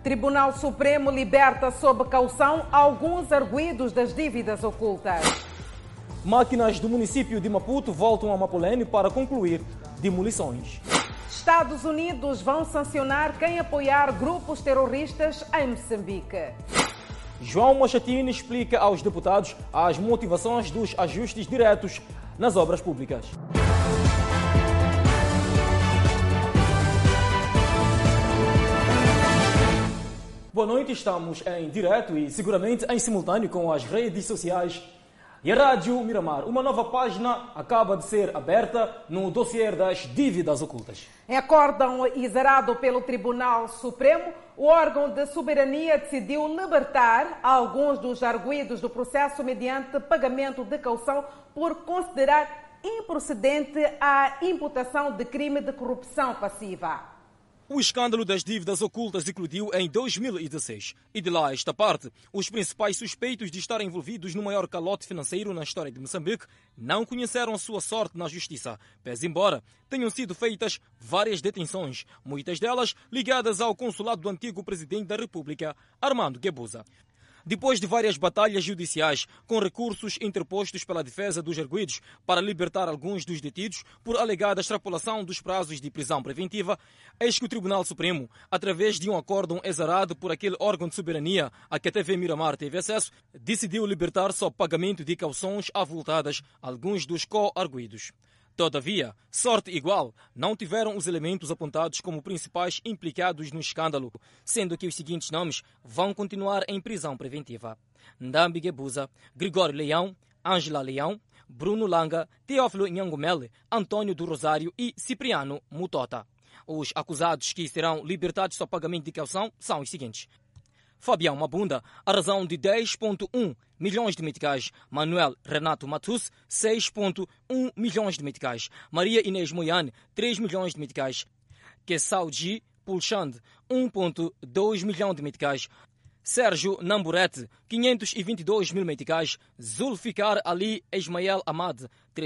Tribunal Supremo liberta sob caução alguns arguidos das dívidas ocultas. Máquinas do município de Maputo voltam a Mapolene para concluir demolições. Estados Unidos vão sancionar quem apoiar grupos terroristas em Moçambique. João Machatini explica aos deputados as motivações dos ajustes diretos nas obras públicas. Boa noite, estamos em direto e seguramente em simultâneo com as redes sociais e a Rádio Miramar. Uma nova página acaba de ser aberta no dossiê das dívidas ocultas. Em acórdão exarado pelo Tribunal Supremo, o órgão de soberania decidiu libertar alguns dos arguidos do processo mediante pagamento de caução por considerar improcedente a imputação de crime de corrupção passiva. O escândalo das dívidas ocultas eclodiu em 2016 e de lá a esta parte, os principais suspeitos de estarem envolvidos no maior calote financeiro na história de Moçambique não conheceram a sua sorte na justiça, pese embora tenham sido feitas várias detenções, muitas delas ligadas ao consulado do antigo presidente da República, Armando Guebuza. Depois de várias batalhas judiciais, com recursos interpostos pela defesa dos arguidos para libertar alguns dos detidos por alegada extrapolação dos prazos de prisão preventiva, eis que o Tribunal Supremo, através de um acórdão exarado por aquele órgão de soberania a que a TV Miramar teve acesso, decidiu libertar sob pagamento de cauções avultadas alguns dos co-arguidos. Todavia, sorte igual, não tiveram os elementos apontados como principais implicados no escândalo, sendo que os seguintes nomes vão continuar em prisão preventiva: Ndambi Guebuza, Gregório Leão, Ângela Leão, Bruno Langa, Teófilo Nhangumele, Antônio do Rosário e Cipriano Mutota. Os acusados que serão libertados sob pagamento de caução são os seguintes: Fabião Mabunda, a razão de 10,1 milhões de meticais. Manuel Renato Matus, 6,1 milhões de meticais. Maria Inês Moiane, 3 milhões de meticais. Kessal G. Pulchand, 1,2 milhão de meticais. Sérgio Namburete, 522 mil meticais. Zulficar Ali Ismael Ahmad,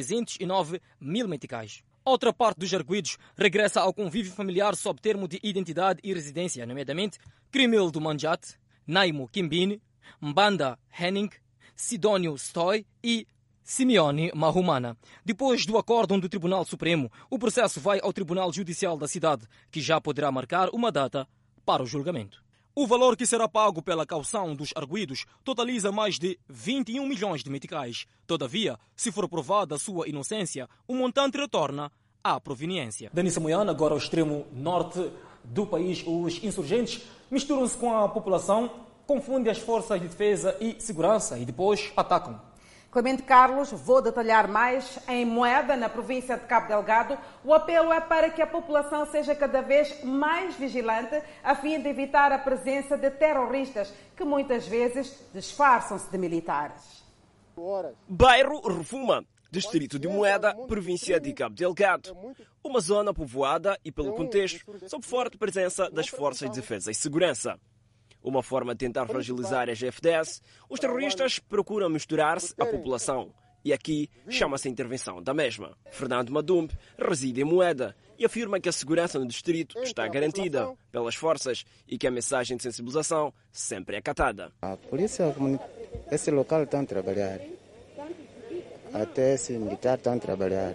309 mil meticais. Outra parte dos arguidos regressa ao convívio familiar sob termo de identidade e residência, nomeadamente Crimildo Manjat, Naimo Kimbini, Mbanda Henning, Sidónio Stoy e Simeone Mahumana. Depois do acórdão do Tribunal Supremo, o processo vai ao Tribunal Judicial da cidade, que já poderá marcar uma data para o julgamento. O valor que será pago pela caução dos arguidos totaliza mais de 21 milhões de meticais. Todavia, se for provada a sua inocência, o montante retorna à proveniência. Danissa Moiana, agora ao extremo norte do país, os insurgentes misturam-se com a população, confundem as forças de defesa e segurança e depois atacam. Clemente Carlos, vou detalhar mais. Em Moeda, na província de Cabo Delgado, o apelo é para que a população seja cada vez mais vigilante a fim de evitar a presença de terroristas que muitas vezes disfarçam-se de militares. Bairro Rufuma, distrito de Moeda, província de Cabo Delgado. Uma zona povoada e, pelo contexto, sob forte presença das forças de defesa e segurança. Uma forma de tentar fragilizar as FDS, os terroristas procuram misturar-se à população. E aqui chama-se a intervenção da mesma. Fernando Madumbe reside em Moeda e afirma que a segurança no distrito está garantida pelas forças e que a mensagem de sensibilização sempre é acatada. A polícia, esse local estão a trabalhar. Até esse militar estão a trabalhar.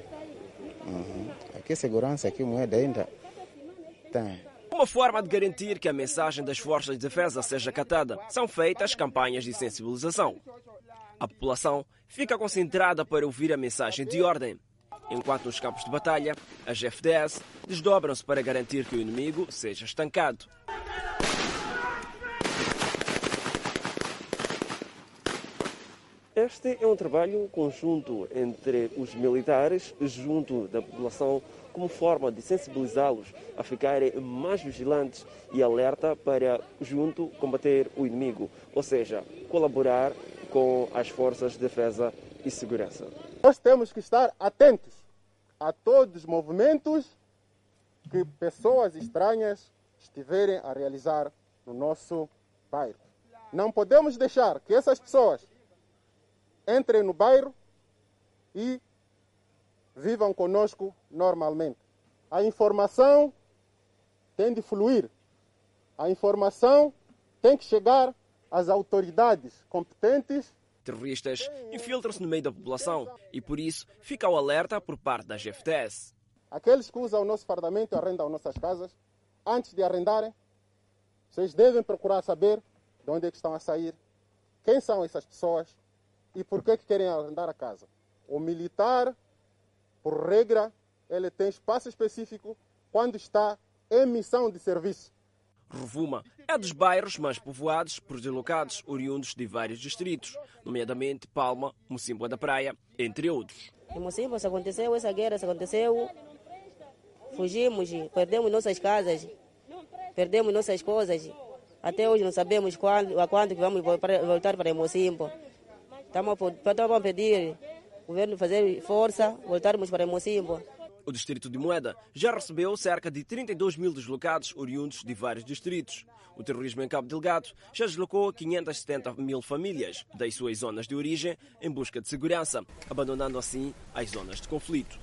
Aqui a segurança, aqui em Moeda ainda tem. Uma forma de garantir que a mensagem das forças de defesa seja acatada são feitas campanhas de sensibilização. A população fica concentrada para ouvir a mensagem de ordem, enquanto nos campos de batalha, as FDS desdobram-se para garantir que o inimigo seja estancado. Este é um trabalho conjunto entre os militares junto da população como forma de sensibilizá-los a ficarem mais vigilantes e alerta para junto combater o inimigo, ou seja, colaborar com as forças de defesa e segurança. Nós temos que estar atentos a todos os movimentos que pessoas estranhas estiverem a realizar no nosso bairro. Não podemos deixar que essas pessoas entrem no bairro e vivam conosco normalmente. A informação tem de fluir A informação tem que chegar às autoridades competentes. Terroristas infiltram-se no meio da população e, por isso, fica o alerta por parte da GFTS. Aqueles que usam o nosso fardamento e arrendam nossas casas, antes de arrendarem, vocês devem procurar saber de onde é que estão a sair, quem são essas pessoas e por que querem arrendar a casa. O militar, por regra, ele tem espaço específico quando está em missão de serviço. Rovuma é dos bairros mais povoados por deslocados oriundos de vários distritos, nomeadamente Palma, Mocimboa da Praia, entre outros. Em Mocimboa aconteceu essa guerra, aconteceu, fugimos, perdemos nossas casas, perdemos nossas coisas. Até hoje não sabemos quando que vamos voltar para Mocimboa. Estamos a pedir ao governo fazer força, voltarmos para Mocimboa. O distrito de Moeda já recebeu cerca de 32 mil deslocados oriundos de vários distritos. O terrorismo em Cabo Delgado já deslocou 570 mil famílias das suas zonas de origem em busca de segurança, abandonando assim as zonas de conflito.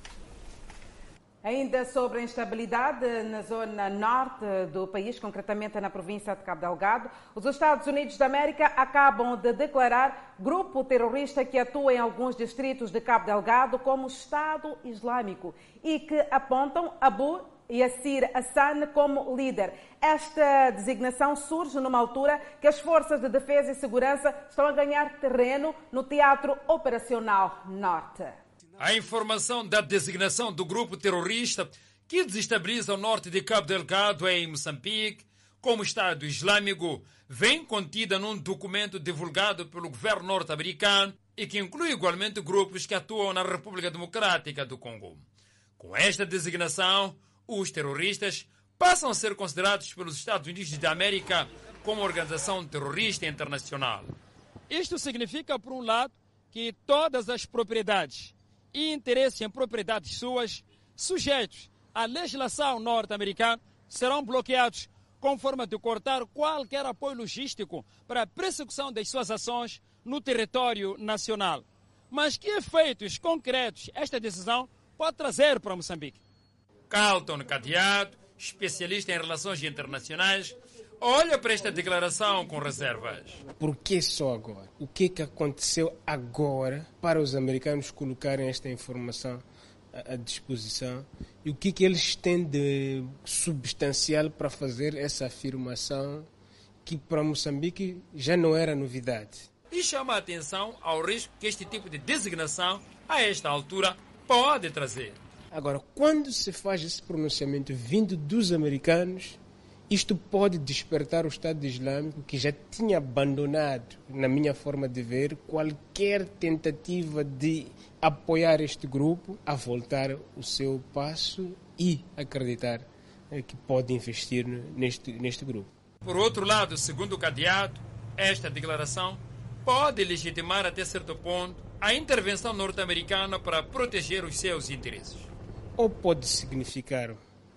Ainda sobre a instabilidade na zona norte do país, concretamente na província de Cabo Delgado, os Estados Unidos da América acabam de declarar grupo terrorista que atua em alguns distritos de Cabo Delgado como Estado Islâmico e que apontam Abu Yassir Hassan como líder. Esta designação surge numa altura que as forças de defesa e segurança estão a ganhar terreno no Teatro Operacional Norte. A informação da designação do grupo terrorista que desestabiliza o norte de Cabo Delgado em Moçambique como Estado Islâmico vem contida num documento divulgado pelo governo norte-americano e que inclui igualmente grupos que atuam na República Democrática do Congo. Com esta designação, os terroristas passam a ser considerados pelos Estados Unidos da América como organização terrorista internacional. Isto significa, por um lado, que todas as propriedades e interesse em propriedades suas, sujeitos à legislação norte-americana, serão bloqueados com forma de cortar qualquer apoio logístico para a persecução das suas ações no território nacional. Mas que efeitos concretos esta decisão pode trazer para Moçambique? Carlton Cadeado, especialista em relações internacionais, olha para esta declaração com reservas. Por que só agora? O que aconteceu agora para os americanos colocarem esta informação à disposição? E o que eles têm de substancial para fazer essa afirmação que para Moçambique já não era novidade? E chama a atenção ao risco que este tipo de designação, a esta altura, pode trazer. Agora, quando se faz esse pronunciamento vindo dos americanos, isto pode despertar o Estado Islâmico, que já tinha abandonado, na minha forma de ver, qualquer tentativa de apoiar este grupo, a voltar o seu passo e acreditar que pode investir neste grupo. Por outro lado, segundo o Cadeado, esta declaração pode legitimar até certo ponto a intervenção norte-americana para proteger os seus interesses. Ou pode significar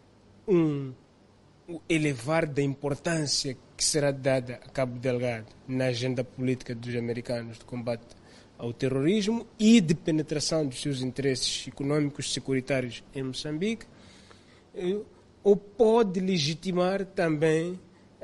o elevar da importância que será dada a Cabo Delgado na agenda política dos americanos de combate ao terrorismo e de penetração dos seus interesses econômicos e securitários em Moçambique, ou pode legitimar também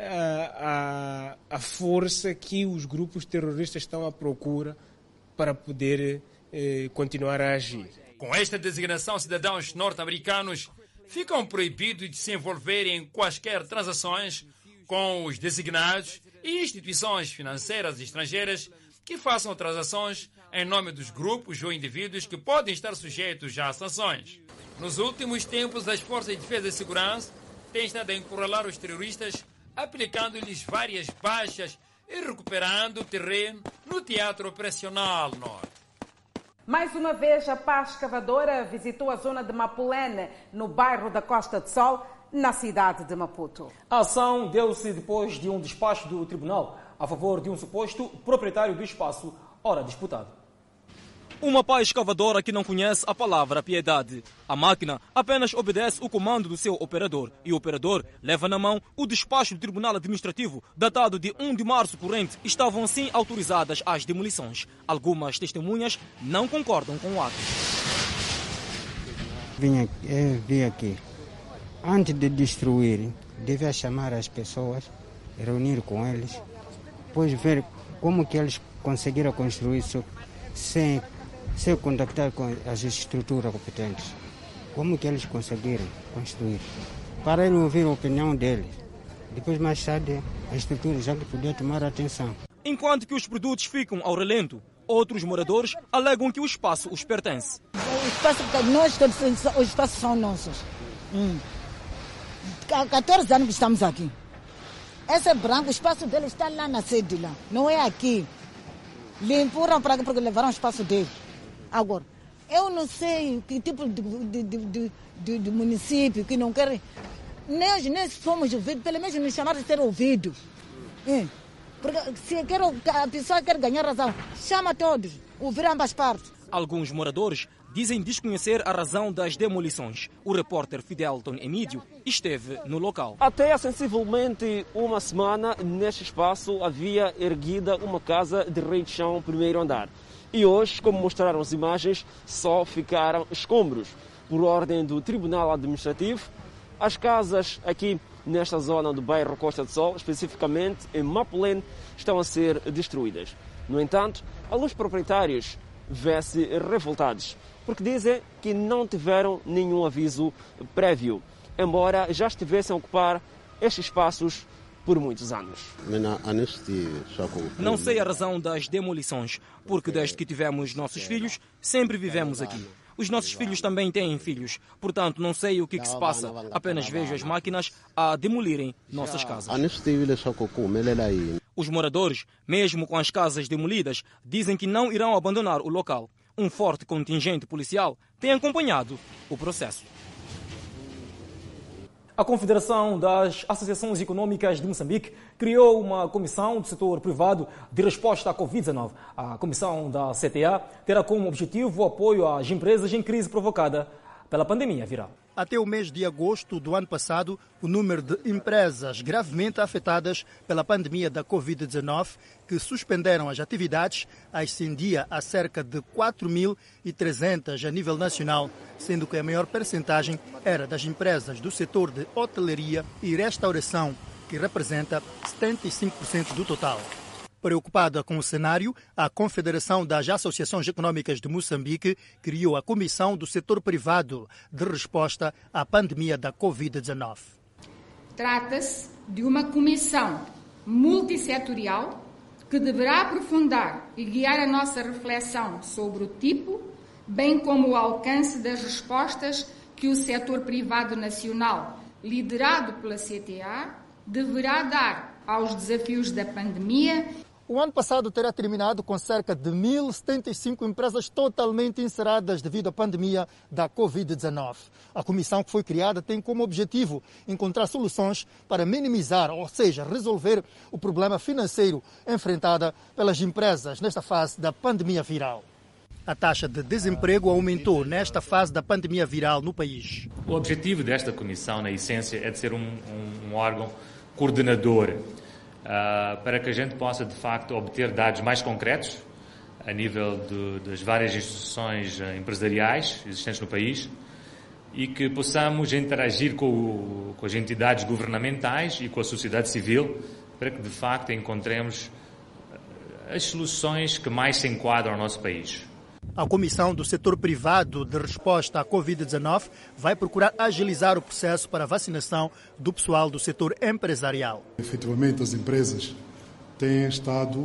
a força que os grupos terroristas estão à procura para poder continuar a agir. Com esta designação, cidadãos norte-americanos ficam proibidos de se envolverem em quaisquer transações com os designados e instituições financeiras estrangeiras que façam transações em nome dos grupos ou indivíduos que podem estar sujeitos a sanções. Nos últimos tempos, as forças de defesa e segurança têm estado a encurralar os terroristas, aplicando-lhes várias baixas e recuperando terreno no Teatro Operacional Norte. Mais uma vez, a pá escavadora visitou a zona de Mapulene, no bairro da Costa de Sol, na cidade de Maputo. A ação deu-se depois de um despacho do tribunal a favor de um suposto proprietário do espaço, ora disputado. Uma pá escavadora que não conhece a palavra piedade. A máquina apenas obedece o comando do seu operador e o operador leva na mão o despacho do Tribunal Administrativo, datado de 1 de março corrente. Estavam assim autorizadas as demolições. Algumas testemunhas não concordam com o ato. Vim aqui. Antes de destruir, devia chamar as pessoas, reunir com eles, depois ver como que eles conseguiram construir isso sem contactar com as estruturas competentes. Como que eles conseguiram construir? Para ele ouvir a opinião deles. Depois, mais tarde, a estrutura já que podia tomar atenção. Enquanto que os produtos ficam ao relento, outros moradores alegam que o espaço os pertence. O espaço, nós todos os espaços são nossos. Há 14 anos que estamos aqui. Esse é branco, o espaço dele está lá na sede, lá. Não é aqui. Limparam para cá porque levaram o espaço dele. Agora, eu não sei que tipo de município que não quer. Nem somos ouvidos, pelo menos nos chamaram de ser ouvidos. Porque se a pessoa quer ganhar razão, chama todos, ouvir ambas partes. Alguns moradores dizem desconhecer a razão das demolições. O repórter Fidelton Emídio esteve no local. Até há sensivelmente uma semana, neste espaço, havia erguida uma casa de rei de chão, primeiro andar. E hoje, como mostraram as imagens, só ficaram escombros. Por ordem do Tribunal Administrativo, as casas aqui nesta zona do bairro Costa do Sol, especificamente em Mapulene, estão a ser destruídas. No entanto, alguns proprietários vê-se revoltados, porque dizem que não tiveram nenhum aviso prévio, embora já estivessem a ocupar estes espaços por muitos anos. Não sei a razão das demolições, porque desde que tivemos nossos filhos, sempre vivemos aqui. Os nossos filhos também têm filhos, portanto não sei o que se passa, apenas vejo as máquinas a demolirem nossas casas. Os moradores, mesmo com as casas demolidas, dizem que não irão abandonar o local. Um forte contingente policial tem acompanhado o processo. A Confederação das Associações Econômicas de Moçambique criou uma comissão do setor privado de resposta à Covid-19. A comissão da CTA terá como objetivo o apoio às empresas em crise provocada pela pandemia viral. Até o mês de agosto do ano passado, o número de empresas gravemente afetadas pela pandemia da Covid-19 que suspenderam as atividades ascendia a cerca de 4.300 a nível nacional, sendo que a maior percentagem era das empresas do setor de hotelaria e restauração, que representa 75% do total. Preocupada com o cenário, a Confederação das Associações Econômicas de Moçambique criou a Comissão do Setor Privado de Resposta à Pandemia da Covid-19. Trata-se de uma comissão multissetorial que deverá aprofundar e guiar a nossa reflexão sobre o tipo, bem como o alcance das respostas que o setor privado nacional, liderado pela CTA, deverá dar aos desafios da pandemia. O ano passado terá terminado com cerca de 1.075 empresas totalmente encerradas devido à pandemia da Covid-19. A comissão que foi criada tem como objetivo encontrar soluções para minimizar, ou seja, resolver o problema financeiro enfrentado pelas empresas nesta fase da pandemia viral. A taxa de desemprego aumentou nesta fase da pandemia viral no país. O objetivo desta comissão, na essência, é de ser um órgão coordenador para que a gente possa, de facto, obter dados mais concretos a nível das várias instituições empresariais existentes no país e que possamos interagir com as entidades governamentais e com a sociedade civil para que, de facto, encontremos as soluções que mais se enquadram ao nosso país. A Comissão do Setor Privado de Resposta à Covid-19 vai procurar agilizar o processo para a vacinação do pessoal do setor empresarial. Efetivamente, as empresas têm estado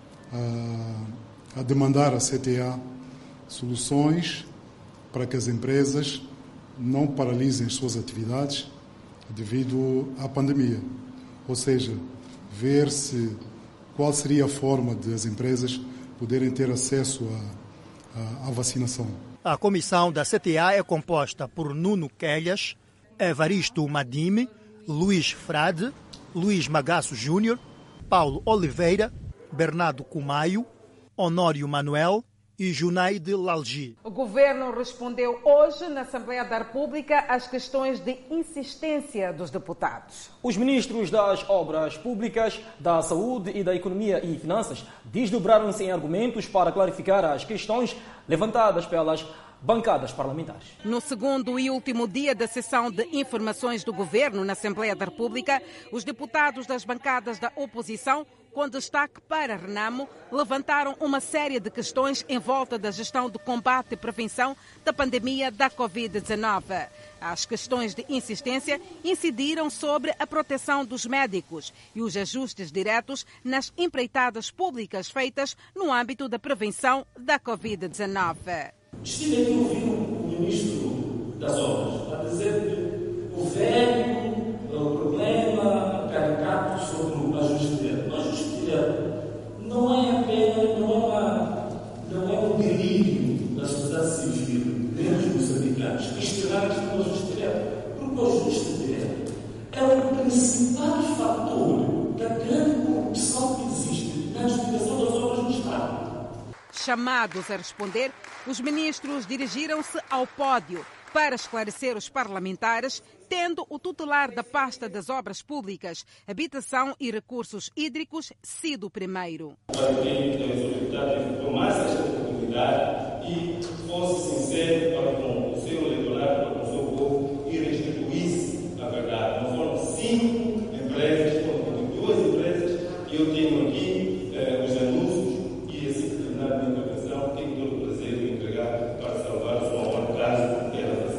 a demandar à CTA soluções para que as empresas não paralisem as suas atividades devido à pandemia. Ou seja, ver qual seria a forma de as empresas poderem ter acesso à vacinação. A comissão da CTA é composta por Nuno Quelhas, Evaristo Madime, Luís Frade, Luís Magaço Júnior, Paulo Oliveira, Bernardo Cumaio, Honório Manuel e Junaide Lalgi. O governo respondeu hoje na Assembleia da República às questões de insistência dos deputados. Os ministros das Obras Públicas, da Saúde e da Economia e Finanças desdobraram-se em argumentos para clarificar as questões levantadas pelas bancadas parlamentares. No segundo e último dia da sessão de informações do Governo na Assembleia da República, os deputados das bancadas da oposição, com destaque para Renamo, levantaram uma série de questões em volta da gestão do combate e prevenção da pandemia da Covid-19. As questões de insistência incidiram sobre a proteção dos médicos e os ajustes diretos nas empreitadas públicas feitas no âmbito da prevenção da Covid-19. Estive aqui ouvindo o ministro das Obras a dizer que o velho problema caricato sobre o ajuste direto. O ajuste direto não é apenas, não é um delírio da sociedade civil, dentro dos sindicatos, questionar o ajuste direto. Porque o ajuste direto é o principal fator da grande corrupção que existe na adjudicação das obras no Estado. Chamados a responder, os ministros dirigiram-se ao pódio para esclarecer os parlamentares, tendo o titular da pasta das Obras Públicas, Habitação e Recursos Hídricos sido o primeiro. Para que as autoridades tomassem esta oportunidade e fosse sincero para com o seu eleitorado, para com o seu povo e restituísse a verdade. Não foram 5 empresas, foram 2 empresas e eu tenho aqui os anúncios e assim que terminar a minha intervenção tenho todo o prazer de entregar para salvar o seu amor caso queira fazer.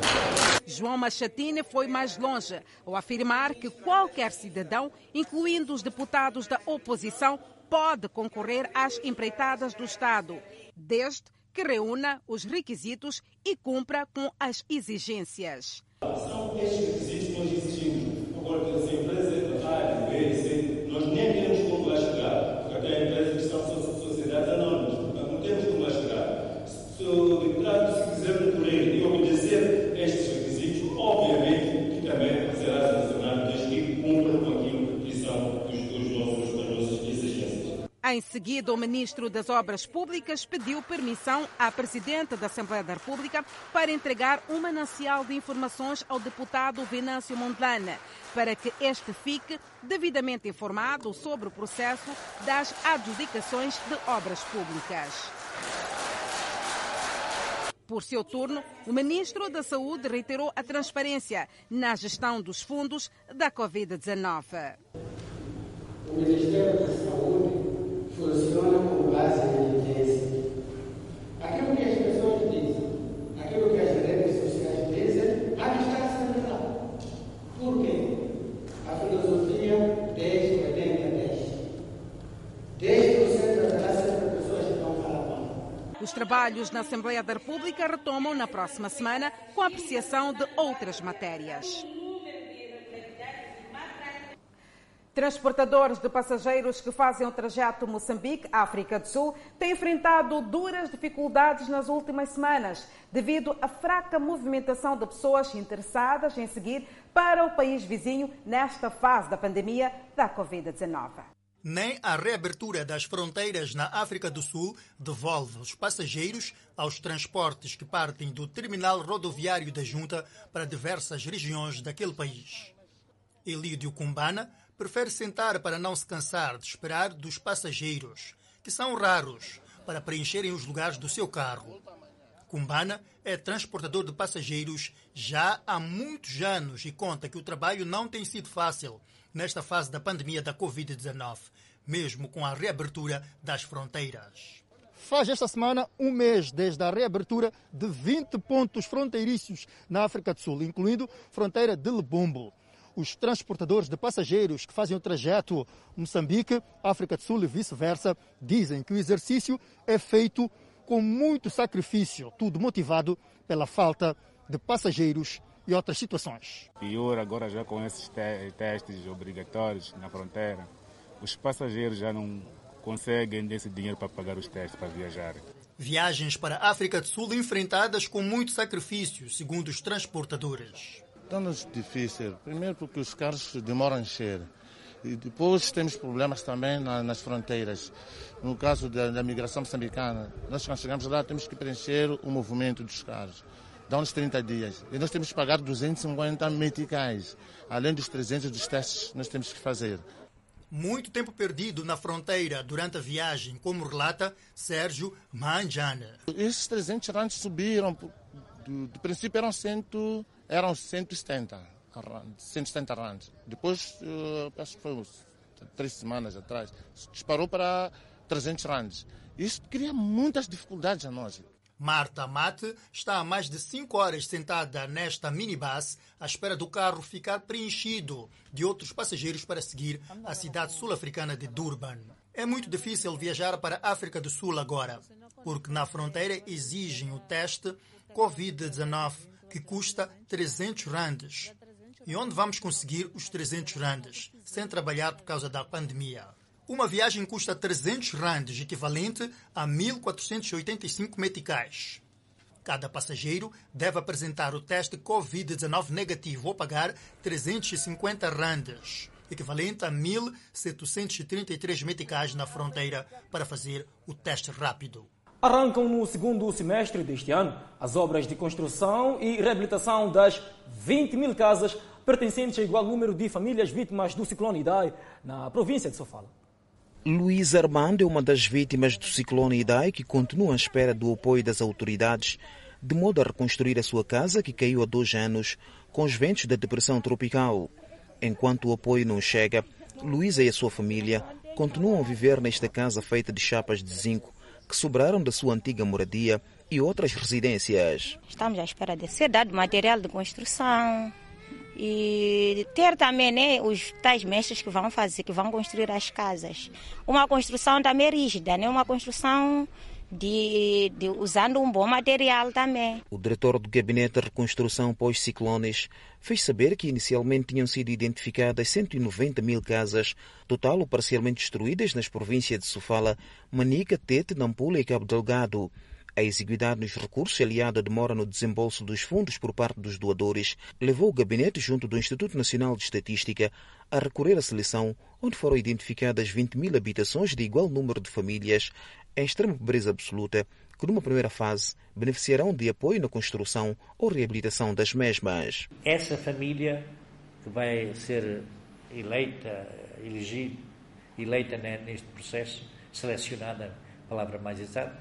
João Machatine foi mais longe ao afirmar que qualquer cidadão, incluindo os deputados da oposição, pode concorrer às empreitadas do Estado, desde que reúna os requisitos e cumpra com as exigências. São estes requisitos que nós exigimos. Agora, se a empresa A, B, C, nós nem temos como lá chegar, porque até há empresas que são sociedades anónimas, não temos como lá chegar. Se o deputado, se quiser recorrer e obedecer estes requisitos, obviamente que também será sancionado desde que cumpra com aquilo que são as nossas exigências. Em seguida, o ministro das Obras Públicas pediu permissão à presidente da Assembleia da República para entregar um manancial de informações ao deputado Venâncio Mondlane, para que este fique devidamente informado sobre o processo das adjudicações de obras públicas. Por seu turno, o ministro da Saúde reiterou a transparência na gestão dos fundos da Covid-19. O Ministério da Saúde funciona com base em evidência. Aquilo que as pessoas dizem, aquilo que as redes sociais dizem, há de estar centrado. Por quê? A filosofia 10-80-10. 10% haverá sempre pessoas que vão falar mal. Os trabalhos na Assembleia da República retomam na próxima semana com a apreciação de outras matérias. Transportadores de passageiros que fazem o trajeto Moçambique-África do Sul têm enfrentado duras dificuldades nas últimas semanas, devido à fraca movimentação de pessoas interessadas em seguir para o país vizinho nesta fase da pandemia da Covid-19. Nem a reabertura das fronteiras na África do Sul devolve os passageiros aos transportes que partem do terminal rodoviário da Junta para diversas regiões daquele país. Elídio Cumbana prefere sentar para não se cansar de esperar dos passageiros, que são raros, para preencherem os lugares do seu carro. Cumbana é transportador de passageiros já há muitos anos e conta que o trabalho não tem sido fácil nesta fase da pandemia da Covid-19, mesmo com a reabertura das fronteiras. Faz esta semana um mês desde a reabertura de 20 pontos fronteiriços na África do Sul, incluindo fronteira de Lebombo. Os transportadores de passageiros que fazem o trajeto Moçambique, África do Sul e vice-versa, dizem que o exercício é feito com muito sacrifício, tudo motivado pela falta de passageiros e outras situações. Pior agora já com esses testes obrigatórios na fronteira, os passageiros já não conseguem desse dinheiro para pagar os testes para viajar. Viagens para a África do Sul enfrentadas com muito sacrifício, segundo os transportadores. Está-nos difícil, primeiro porque os carros demoram a encher e depois temos problemas também nas fronteiras. No caso da migração moçambicana, nós quando chegamos lá temos que preencher o movimento dos carros. Dá-nos 30 dias e nós temos que pagar 250 meticais, além dos 300 dos testes que nós temos que fazer. Muito tempo perdido na fronteira durante a viagem, como relata Sérgio Manjane. Esses 300 rands subiram, do princípio eram 170 rands. Depois, acho que foi 3 semanas atrás, disparou para 300 rands. Isso cria muitas dificuldades a nós. Marta Mate está há mais de 5 horas sentada nesta minibus à espera do carro ficar preenchido de outros passageiros para seguir à cidade sul-africana de Durban. É muito difícil viajar para a África do Sul agora, porque na fronteira exigem o teste Covid-19, que custa 300 rands. E onde vamos conseguir os 300 rands, sem trabalhar por causa da pandemia? Uma viagem custa 300 rands, equivalente a 1.485 meticais. Cada passageiro deve apresentar o teste Covid-19 negativo ou pagar 350 rands, equivalente a 1.733 meticais na fronteira para fazer o teste rápido. Arrancam no segundo semestre deste ano as obras de construção e reabilitação das 20 mil casas pertencentes a igual número de famílias vítimas do ciclone Idai na província de Sofala. Luís Armando é uma das vítimas do ciclone Idai que continua à espera do apoio das autoridades, de modo a reconstruir a sua casa que caiu há 2 anos com os ventos da depressão tropical. Enquanto o apoio não chega, Luís e a sua família continuam a viver nesta casa feita de chapas de zinco que sobraram da sua antiga moradia e outras residências. Estamos à espera de ser dado material de construção e ter também os tais mestres que vão fazer, que vão construir as casas. Uma construção também rígida, uma construção usando um bom material também. O diretor do Gabinete de Reconstrução pós-ciclones fez saber que inicialmente tinham sido identificadas 190 mil casas, total ou parcialmente destruídas nas províncias de Sofala, Manica, Tete, Nampula e Cabo Delgado. A exiguidade nos recursos, aliada à demora no desembolso dos fundos por parte dos doadores, levou o gabinete, junto do Instituto Nacional de Estatística, a recorrer à seleção, onde foram identificadas 20 mil habitações de igual número de famílias, em extrema pobreza absoluta, que numa primeira fase beneficiarão de apoio na construção ou reabilitação das mesmas. Essa família que vai ser eleita neste processo, selecionada, palavra mais exata,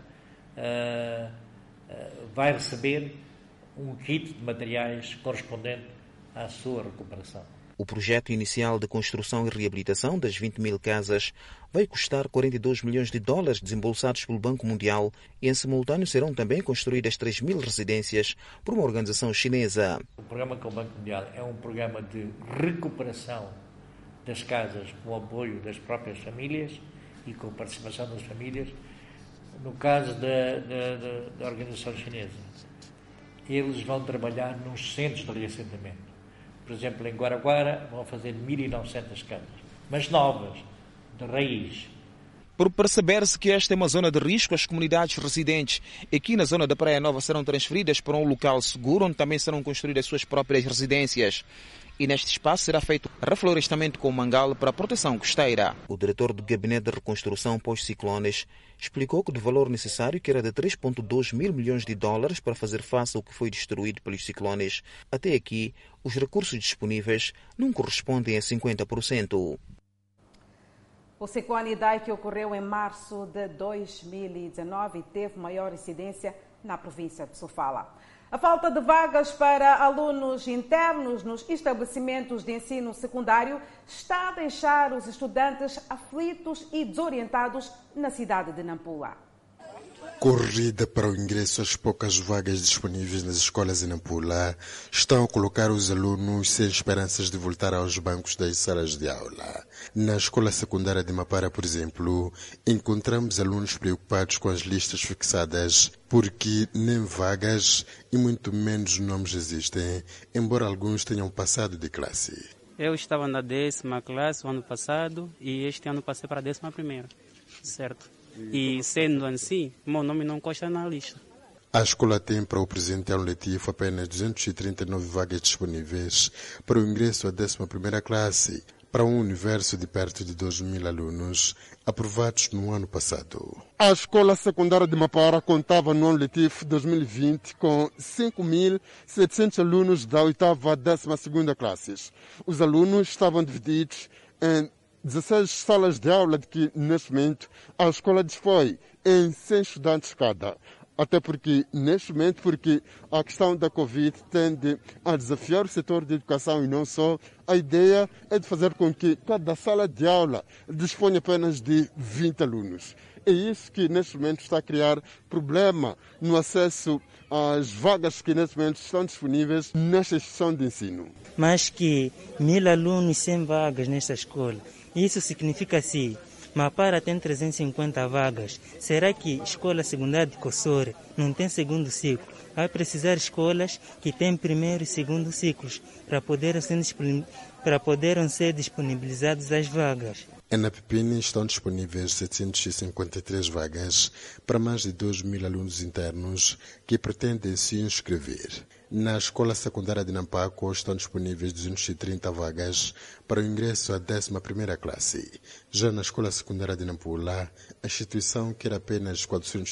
vai receber um kit de materiais correspondente à sua recuperação. O projeto inicial de construção e reabilitação das 20 mil casas vai custar 42 milhões de dólares desembolsados pelo Banco Mundial e, em simultâneo, serão também construídas 3 mil residências por uma organização chinesa. O programa com o Banco Mundial é um programa de recuperação das casas com o apoio das próprias famílias e com a participação das famílias. No caso da organização chinesa, eles vão trabalhar nos centros de reassentamento. Por exemplo, em Guaraguara vão fazer 1.900 casas, mas novas, de raiz. Por perceber-se que esta é uma zona de risco, as comunidades residentes aqui na zona da Praia Nova serão transferidas para um local seguro, onde também serão construídas suas próprias residências. E neste espaço será feito reflorestamento com mangal para a proteção costeira. O diretor do Gabinete de Reconstrução pós-ciclones explicou que o valor necessário, que era de 3,2 mil milhões de dólares para fazer face ao que foi destruído pelos ciclones, até aqui os recursos disponíveis não correspondem a 50%. O ciclone Idai, que ocorreu em março de 2019, teve maior incidência na província de Sofala. A falta de vagas para alunos internos nos estabelecimentos de ensino secundário está a deixar os estudantes aflitos e desorientados na cidade de Nampula. Corrida para o ingresso às poucas vagas disponíveis nas escolas em Nampula estão a colocar os alunos sem esperanças de voltar aos bancos das salas de aula. Na escola secundária de Mapara, por exemplo, encontramos alunos preocupados com as listas fixadas, porque nem vagas e muito menos nomes existem, embora alguns tenham passado de classe. Eu estava na 10ª classe o ano passado e este ano passei para a 11ª, certo? E sendo assim, meu nome não consta na lista. A escola tem para o presente ano letivo apenas 239 vagas disponíveis para o ingresso à 11ª classe, para um universo de perto de 2.000 alunos aprovados no ano passado. A escola secundária de Mapara contava no ano letivo 2020 com 5.700 alunos da 8ª a 12ª classes. Os alunos estavam divididos em 16 salas de aula de que, neste momento, a escola dispõe em 100 estudantes cada. Até porque, neste momento, porque a questão da Covid tende a desafiar o setor de educação e não só, a ideia é de fazer com que cada sala de aula disponha apenas de 20 alunos. É isso que, neste momento, está a criar problema no acesso às vagas que, neste momento, estão disponíveis nesta instituição de ensino. Mais que 1000 alunos sem vagas nesta escola. Isso significa assim, Mapara tem 350 vagas. Será que a escola secundária de Kossore não tem segundo ciclo? Vai precisar de escolas que têm primeiro e segundo ciclos para poderem ser disponibilizadas as vagas. Na Pepini estão disponíveis 753 vagas para mais de 2.000 alunos internos que pretendem se inscrever. Na escola secundária de Nampaco estão disponíveis 230 vagas para o ingresso à 11ª classe. Já na escola secundária de Nampula, a instituição quer apenas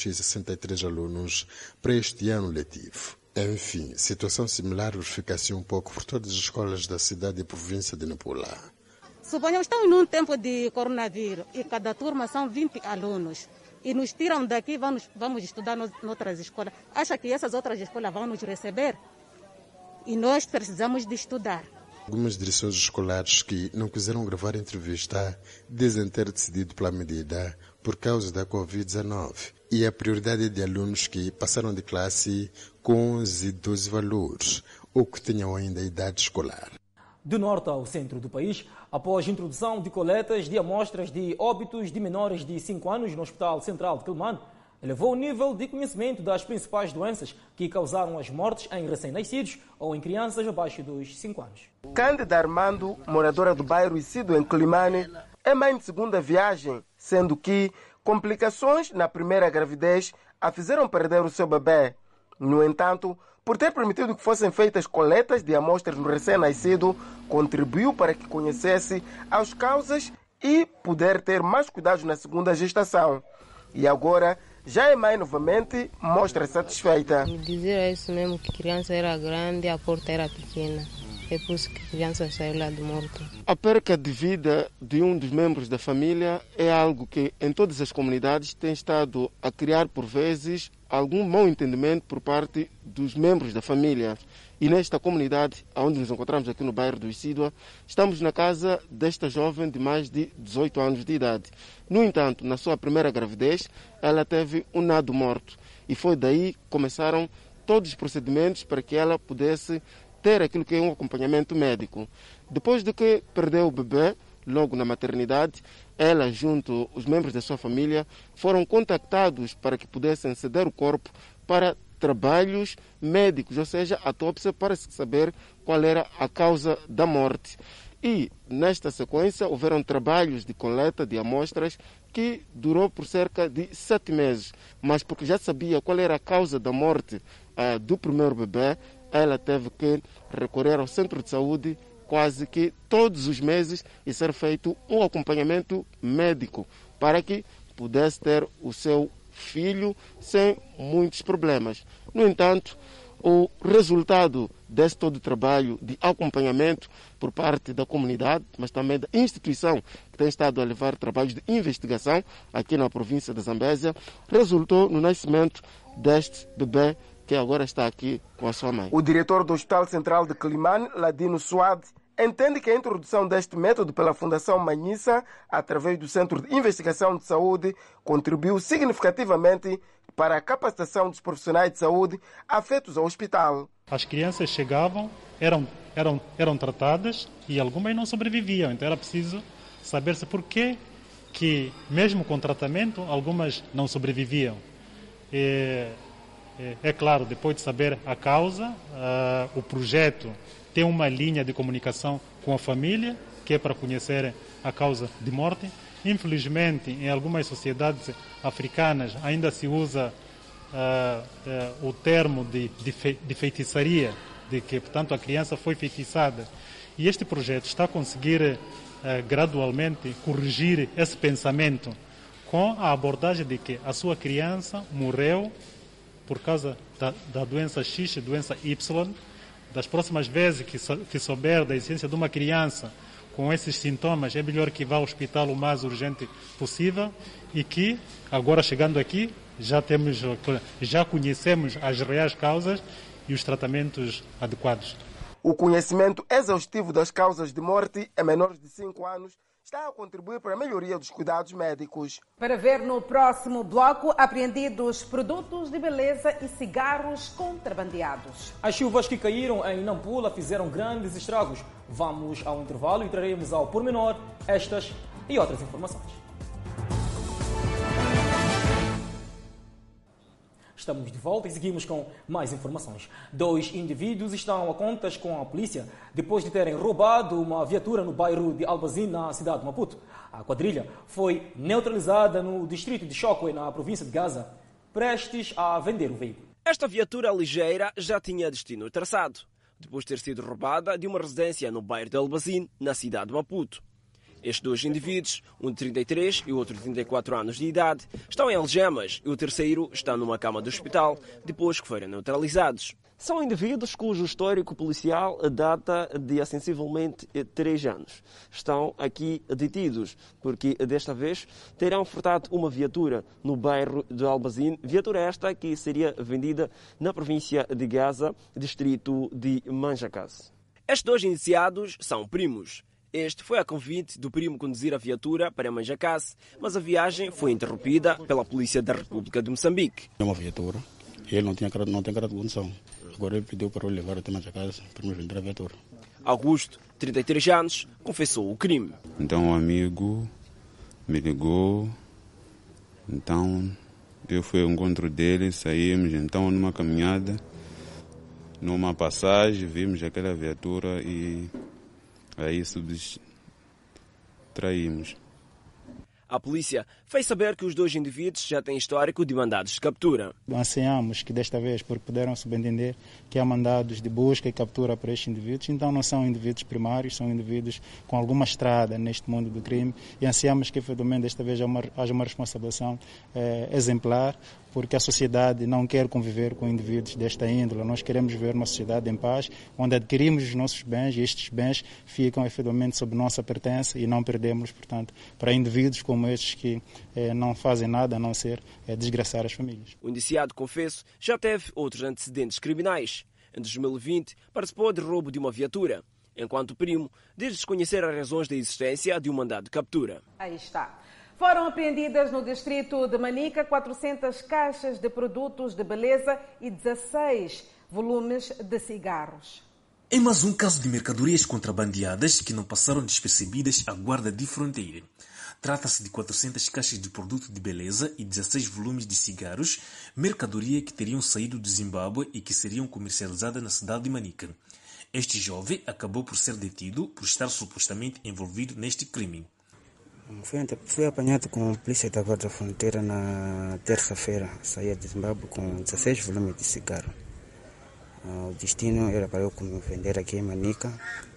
463 alunos para este ano letivo. Enfim, situação similar verifica-se um pouco por todas as escolas da cidade e província de Nampula. Suponhamos que estamos num tempo de coronavírus e cada turma são 20 alunos. E nos tiram daqui, vamos estudar em outras escolas. Acha que essas outras escolas vão nos receber? E nós precisamos de estudar. Algumas direções escolares que não quiseram gravar a entrevista dizem ter decidido pela medida por causa da Covid-19 e a prioridade de alunos que passaram de classe com 11 e 12 valores ou que tenham ainda idade escolar. Do norte ao centro do país, após a introdução de coletas de amostras de óbitos de menores de 5 anos no Hospital Central de Quelimane, elevou o nível de conhecimento das principais doenças que causaram as mortes em recém-nascidos ou em crianças abaixo dos 5 anos. Cândida Armando, moradora do bairro Isido, em Quelimane, é mãe de segunda viagem, sendo que complicações na primeira gravidez a fizeram perder o seu bebê. No entanto, por ter permitido que fossem feitas coletas de amostras no recém-nascido, contribuiu para que conhecesse as causas e poder ter mais cuidados na segunda gestação. E agora, já é mãe novamente, mostra satisfeita. Dizer isso mesmo, que a criança era grande e a porta era pequena. É por isso que a criança saiu lá de morto. A perca de vida de um dos membros da família é algo que em todas as comunidades tem estado a criar, por vezes, algum mau entendimento por parte dos membros da família. E nesta comunidade, onde nos encontramos aqui no bairro do Isídua, estamos na casa desta jovem de mais de 18 anos de idade. No entanto, na sua primeira gravidez, ela teve um nado morto. E foi daí que começaram todos os procedimentos para que ela pudesse ter aquilo que é um acompanhamento médico. Depois de que perdeu o bebê, logo na maternidade, ela junto os membros da sua família foram contactados para que pudessem ceder o corpo para trabalhos médicos, ou seja, autópsia, para se saber qual era a causa da morte. E, nesta sequência, houveram trabalhos de coleta de amostras que durou por cerca de 7 meses. Mas porque já sabia qual era a causa da morte do primeiro bebê, ela teve que recorrer ao centro de saúde quase que todos os meses e ser feito um acompanhamento médico para que pudesse ter o seu filho sem muitos problemas. No entanto, o resultado desse todo o trabalho de acompanhamento por parte da comunidade, mas também da instituição que tem estado a levar trabalhos de investigação aqui na província da Zambésia, resultou no nascimento deste bebê que agora está aqui com a sua mãe. O diretor do Hospital Central de Quelimane, Ladino Suade, entende que a introdução deste método pela Fundação Manhissa, através do Centro de Investigação de Saúde, contribuiu significativamente para a capacitação dos profissionais de saúde afetos ao hospital. As crianças chegavam, eram tratadas e algumas não sobreviviam. Então era preciso saber-se por que, mesmo com tratamento, algumas não sobreviviam. É claro, depois de saber a causa, o projeto tem uma linha de comunicação com a família, que é para conhecer a causa de morte. Infelizmente, em algumas sociedades africanas ainda se usa o termo de feitiçaria, de que, portanto, a criança foi feitiçada. E este projeto está a conseguir gradualmente corrigir esse pensamento com a abordagem de que a sua criança morreu por causa da doença X, doença Y. Das próximas vezes que souber da existência de uma criança com esses sintomas, é melhor que vá ao hospital o mais urgente possível e que, agora chegando aqui, já conhecemos as reais causas e os tratamentos adequados. O conhecimento exaustivo das causas de morte em menores de 5 anos está a contribuir para a melhoria dos cuidados médicos. Para ver no próximo bloco, apreendidos produtos de beleza e cigarros contrabandeados. As chuvas que caíram em Nampula fizeram grandes estragos. Vamos ao intervalo e traremos ao pormenor estas e outras informações. Estamos de volta e seguimos com mais informações. 2 indivíduos estão a contas com a polícia depois de terem roubado uma viatura no bairro de Albazin, na cidade de Maputo. A quadrilha foi neutralizada no distrito de Chocwe, na província de Gaza, prestes a vender o veículo. Esta viatura ligeira já tinha destino traçado, depois de ter sido roubada de uma residência no bairro de Albazin, na cidade de Maputo. Estes 2 indivíduos, um de 33 e o outro de 34 anos de idade, estão em algemas e o terceiro está numa cama do hospital depois que foram neutralizados. São indivíduos cujo histórico policial data de há sensivelmente 3 anos. Estão aqui detidos porque desta vez terão furtado uma viatura no bairro de Albazin, viatura esta que seria vendida na província de Gaza, distrito de Manjacás. Estes 2 indiciados são primos. Este foi a convite do primo conduzir a viatura para Manjacás, mas a viagem foi interrompida pela Polícia da República de Moçambique. É uma viatura, ele não tem cara de condução. Agora ele pediu para eu levar até Manjacás para me vender a viatura. Augusto, 33 anos, confessou o crime. Então um amigo me ligou, então eu fui ao encontro dele, saímos então numa caminhada, numa passagem, vimos aquela viatura e aí subtraímos. A polícia fez saber que os 2 indivíduos já têm histórico de mandados de captura. Anseiamos que desta vez, porque puderam subentender que há mandados de busca e captura para estes indivíduos, então não são indivíduos primários, são indivíduos com alguma estrada neste mundo do crime e anseiamos que efetivamente desta vez haja uma responsabilização exemplar, porque a sociedade não quer conviver com indivíduos desta índole. Nós queremos viver uma sociedade em paz, onde adquirimos os nossos bens e estes bens ficam efetivamente sob nossa pertença e não perdemos, portanto, para indivíduos como estes que não fazem nada a não ser desgraçar as famílias. O indiciado, confesso, já teve outros antecedentes criminais. Em 2020, participou de roubo de uma viatura, enquanto o primo diz desconhecer as razões da existência de um mandado de captura. Aí está. Foram apreendidas no distrito de Manica 400 caixas de produtos de beleza e 16 volumes de cigarros. É mais um caso de mercadorias contrabandeadas que não passaram despercebidas à guarda de fronteira. Trata-se de 400 caixas de produto de beleza e 16 volumes de cigarros, mercadoria que teriam saído do Zimbábue e que seriam comercializadas na cidade de Manica. Este jovem acabou por ser detido por estar supostamente envolvido neste crime. Fui apanhado com a polícia da guarda fronteira na terça-feira. Saía de Zimbábue com 16 volumes de cigarro. O destino era para eu vender aqui em Manica.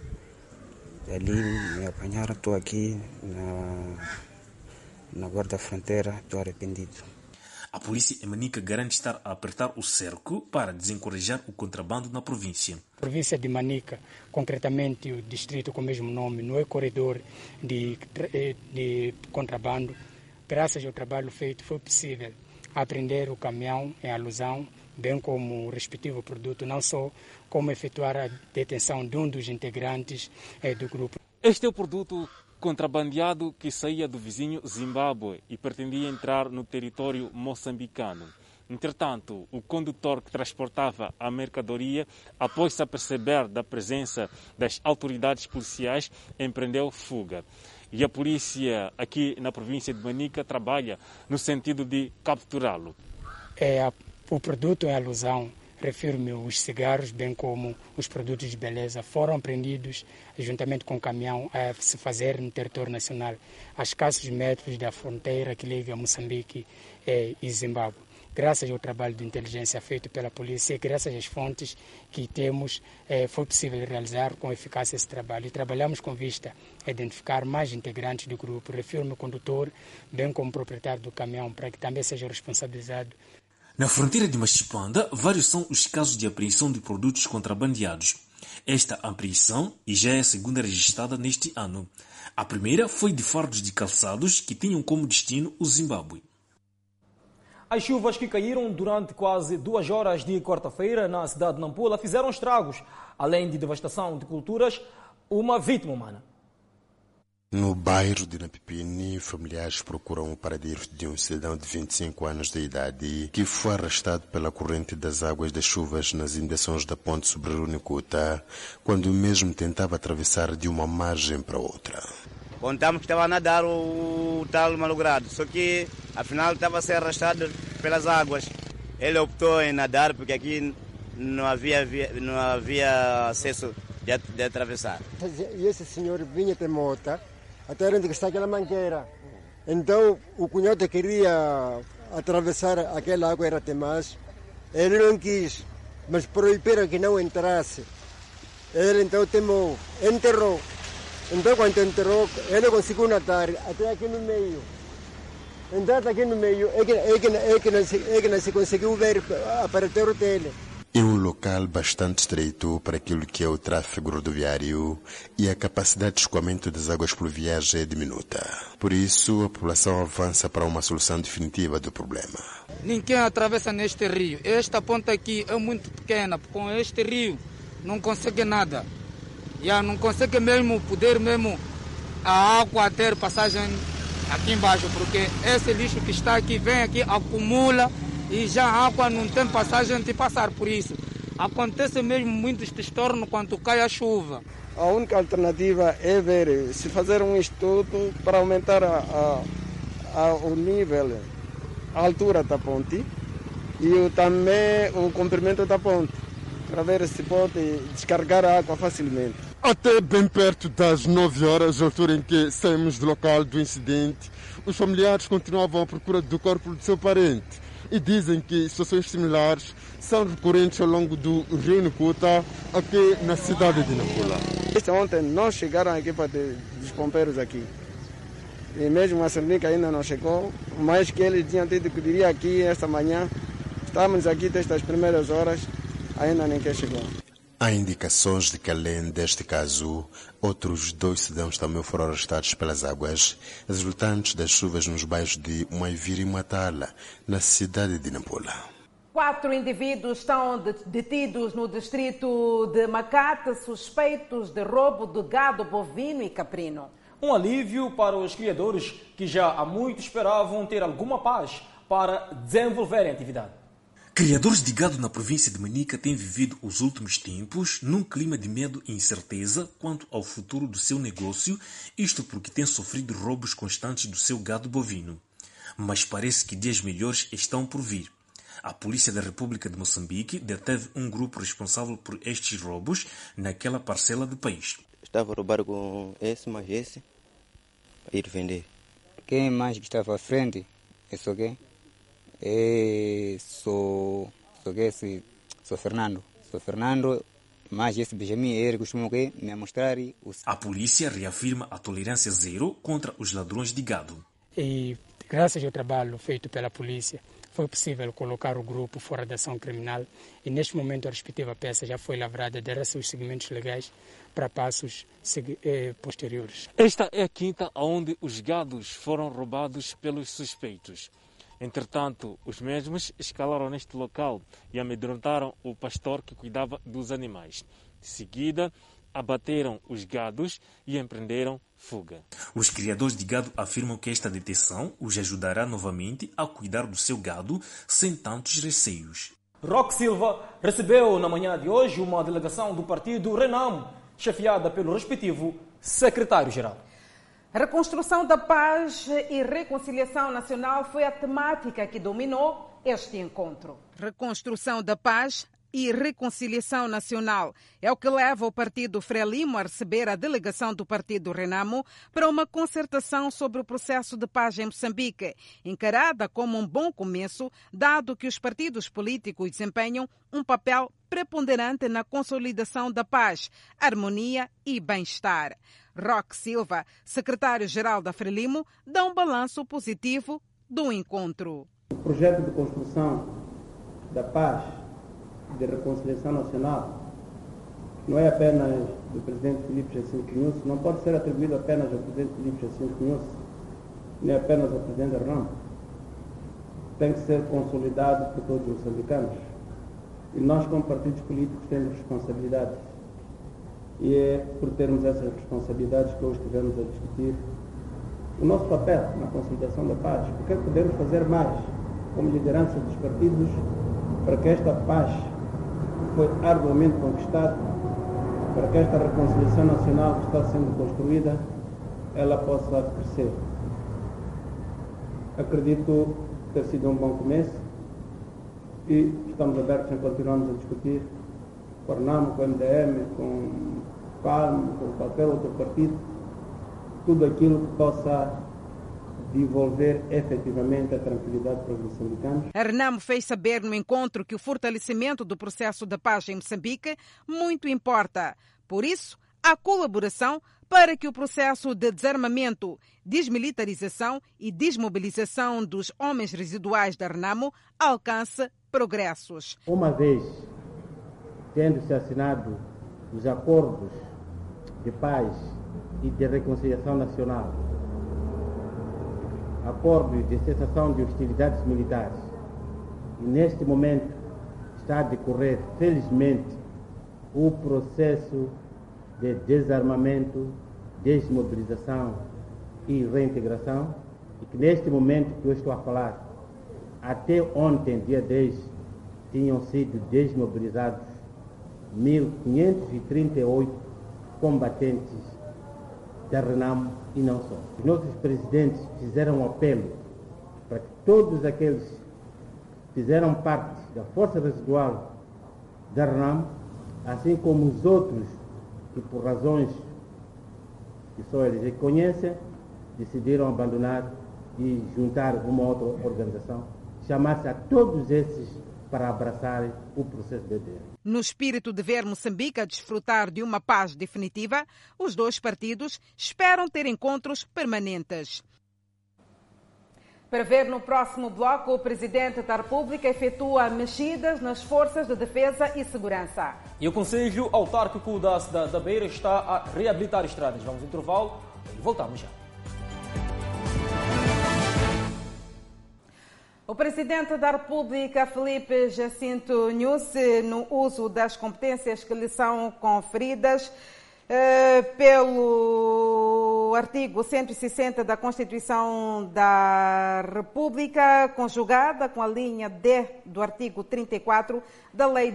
Dali me apanharam, estou aqui na guarda fronteira, estou arrependido. A polícia em Manica garante estar a apertar o cerco para desencorajar o contrabando na província. A província de Manica, concretamente o distrito com o mesmo nome, não é corredor de contrabando. Graças ao trabalho feito, foi possível apreender o caminhão em alusão, bem como o respectivo produto, não só como efetuar a detenção de um dos integrantes do grupo. Este é o produto contrabandeado que saía do vizinho Zimbábue e pretendia entrar no território moçambicano. Entretanto, o condutor que transportava a mercadoria, após se aperceber da presença das autoridades policiais, empreendeu fuga. E a polícia aqui na província de Manica trabalha no sentido de capturá-lo. O produto em alusão, refiro-me os cigarros, bem como os produtos de beleza, foram apreendidos juntamente com o caminhão a se fazer no território nacional, a escassos metros da fronteira que liga Moçambique e Zimbábue. Graças ao trabalho de inteligência feito pela polícia e graças às fontes que temos, foi possível realizar com eficácia esse trabalho. E trabalhamos com vista a identificar mais integrantes do grupo, refiro-me ao condutor, bem como o proprietário do caminhão, para que também seja responsabilizado. Na fronteira de Machipanda, vários são os casos de apreensão de produtos contrabandeados. Esta ampliação já é a segunda registrada neste ano. A primeira foi de fardos de calçados que tinham como destino o Zimbábue. As chuvas que caíram durante quase 2 horas de quarta-feira na cidade de Nampula fizeram estragos, além de devastação de culturas, uma vítima humana. No bairro de Napipini, familiares procuram o paradeiro de um cidadão de 25 anos de idade que foi arrastado pela corrente das águas das chuvas nas inundações da ponte sobre o Runicuta, quando o mesmo tentava atravessar de uma margem para outra. Contamos que estava a nadar o tal malogrado, só que afinal estava a ser arrastado pelas águas. Ele optou em nadar porque aqui não havia acesso de atravessar. E esse senhor vinha de moto até onde está aquela mangueira. Então o cunhado queria atravessar aquela água, era demais. Ele não quis, mas proibiram que não entrasse. Ele então temou, enterrou. Então quando enterrou, ele conseguiu nadar até aqui no meio. Entrar aqui no meio é que não se conseguiu ver a paradeiro dele. É um local bastante estreito para aquilo que é o tráfego rodoviário e a capacidade de escoamento das águas pluviais é diminuta. Por isso, a população avança para uma solução definitiva do problema. Ninguém atravessa neste rio. Esta ponta aqui é muito pequena. Com este rio não consegue nada. Não consegue mesmo poder a água ter passagem aqui embaixo, porque esse lixo que está aqui vem aqui, acumula e já a água não tem passagem de passar. Por isso acontece mesmo muitos transtornos quando cai a chuva. A única alternativa é ver se fazer um estudo para aumentar o nível, a altura da ponte e também o comprimento da ponte, para ver se pode descarregar a água facilmente. Até bem perto das 9 horas, altura em que saímos do local do incidente, os familiares continuavam à procura do corpo do seu parente e dizem que situações similares são recorrentes ao longo do Rio Nicuta, aqui na cidade de Nampula. Ontem não chegaram a equipa dos bombeiros aqui. E mesmo a Cernica ainda não chegou, mas que eles tinham tido que vir aqui esta manhã. Estamos aqui desde as primeiras horas, ainda ninguém chegou. Há indicações de que, além deste caso, outros 2 cidadãos também foram arrastados pelas águas resultantes das chuvas nos bairros de Maivira e Matala, na cidade de Nampula. 4 indivíduos estão detidos no distrito de Macate, suspeitos de roubo de gado bovino e caprino. Um alívio para os criadores que já há muito esperavam ter alguma paz para desenvolverem a atividade. Criadores de gado na província de Manica têm vivido os últimos tempos num clima de medo e incerteza quanto ao futuro do seu negócio, isto porque têm sofrido roubos constantes do seu gado bovino. Mas parece que dias melhores estão por vir. A Polícia da República de Moçambique deteve um grupo responsável por estes roubos naquela parcela do país. Estava a roubar com esse, mais esse, para ir vender. Quem mais que estava à frente? É só quem? Sou Fernando. Sou Fernando, mas esse Benjamin ele costuma me mostrar. A polícia reafirma a tolerância zero contra os ladrões de gado. E graças ao trabalho feito pela polícia, foi possível colocar o grupo fora da ação criminal e neste momento a respectiva peça já foi lavrada de seus segmentos legais para passos posteriores. Esta é a quinta onde os gados foram roubados pelos suspeitos. Entretanto, os mesmos escalaram neste local e amedrontaram o pastor que cuidava dos animais. De seguida, abateram os gados e empreenderam fuga. Os criadores de gado afirmam que esta detenção os ajudará novamente a cuidar do seu gado sem tantos receios. Roque Silva recebeu na manhã de hoje uma delegação do partido Renamo, chefiada pelo respectivo secretário-geral. Reconstrução da paz e reconciliação nacional foi a temática que dominou este encontro. Reconstrução da paz e reconciliação nacional é o que leva o partido Frelimo a receber a delegação do partido Renamo para uma concertação sobre o processo de paz em Moçambique, encarada como um bom começo, dado que os partidos políticos desempenham um papel preponderante na consolidação da paz, harmonia e bem-estar. Roque Silva, secretário-geral da Frelimo, dá um balanço positivo do encontro. O projeto de construção da paz e de reconciliação nacional não é apenas do presidente Filipe Jacinto Cunhoso, não pode ser atribuído apenas ao presidente Filipe Jacinto Cunhoso, nem apenas ao presidente Arnamo. Tem que ser consolidado por todos os moçambicanos. E nós, como partidos políticos, temos responsabilidades. E é por termos essas responsabilidades que hoje estivemos a discutir o nosso papel na consolidação da paz. O que é que podemos fazer mais, como liderança dos partidos, para que esta paz que foi arduamente conquistada, para que esta reconciliação nacional que está sendo construída, ela possa crescer. Acredito ter sido um bom começo e estamos abertos a continuarmos a discutir com o Arnamo, com o MDM, com o PALM, com qualquer outro partido, tudo aquilo que possa desenvolver efetivamente a tranquilidade para os moçambicanos. Arnamo fez saber no encontro que o fortalecimento do processo da paz em Moçambique muito importa. Por isso, a colaboração para que o processo de desarmamento, desmilitarização e desmobilização dos homens residuais da Arnamo alcance progressos. Uma vez tendo-se assinado os acordos de paz e de reconciliação nacional, acordos de cessação de hostilidades militares, e neste momento está a decorrer, felizmente, o processo de desarmamento, desmobilização e reintegração, e que neste momento que eu estou a falar, até ontem, dia 10, tinham sido desmobilizados 1.538 combatentes da Renamo e não só. Os nossos presidentes fizeram um apelo para que todos aqueles que fizeram parte da força residual da Renamo, assim como os outros que por razões que só eles conhecem, decidiram abandonar e juntar uma outra organização, chamar-se a todos esses para abraçarem o processo de DDR. No espírito de ver Moçambique a desfrutar de uma paz definitiva, os dois partidos esperam ter encontros permanentes. Para ver no próximo bloco, o Presidente da República efetua mexidas nas forças de defesa e segurança. E o Conselho Autárquico da cidade da Beira está a reabilitar estradas. Vamos ao intervalo e voltamos já. O Presidente da República, Filipe Jacinto Cunhoso, no uso das competências que lhe são conferidas pelo artigo 160 da Constituição da República, conjugada com a linha D do artigo 34 da Lei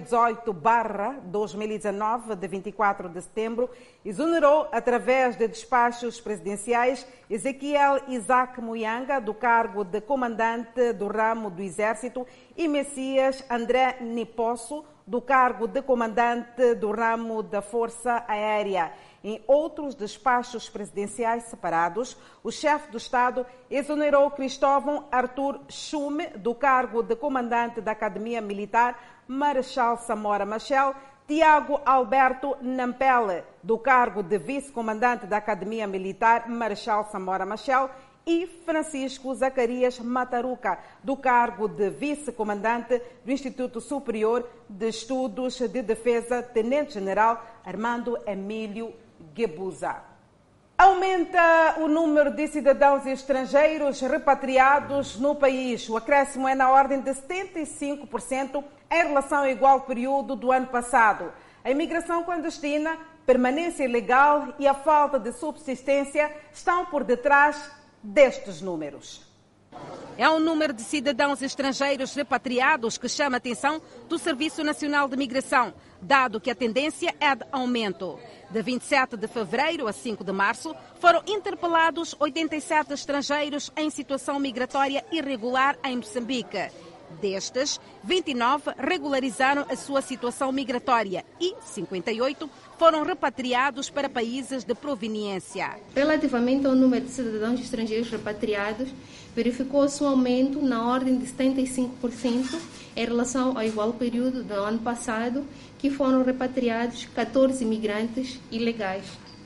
18/2019, de 24 de setembro, exonerou, através de despachos presidenciais, Ezequiel Isaac Muyanga do cargo de comandante do ramo do Exército e Messias André Niposso do cargo de comandante do ramo da Força Aérea. Em outros despachos presidenciais separados, o chefe do Estado exonerou Cristóvão Arthur Chume do cargo de comandante da Academia Militar Marechal Samora Machel, Tiago Alberto Nampele do cargo de vice-comandante da Academia Militar Marechal Samora Machel e Francisco Zacarias Mataruca, do cargo de vice-comandante do Instituto Superior de Estudos de Defesa, Tenente-General Armando Emílio Guebuza. Aumenta o número de cidadãos estrangeiros repatriados no país. O acréscimo é na ordem de 75% em relação ao igual período do ano passado. A imigração clandestina, permanência ilegal e a falta de subsistência estão por detrás destes números. É o número de cidadãos estrangeiros repatriados que chama a atenção do Serviço Nacional de Migração, dado que a tendência é de aumento. De 27 de fevereiro a 5 de março, foram interpelados 87 estrangeiros em situação migratória irregular em Moçambique. Destes, 29 regularizaram a sua situação migratória e 58 foram repatriados para países de proveniência. Relativamente ao número de cidadãos estrangeiros repatriados, verificou-se um aumento na ordem de 75% em relação ao igual período do ano passado, que foram repatriados 14 imigrantes ilegais.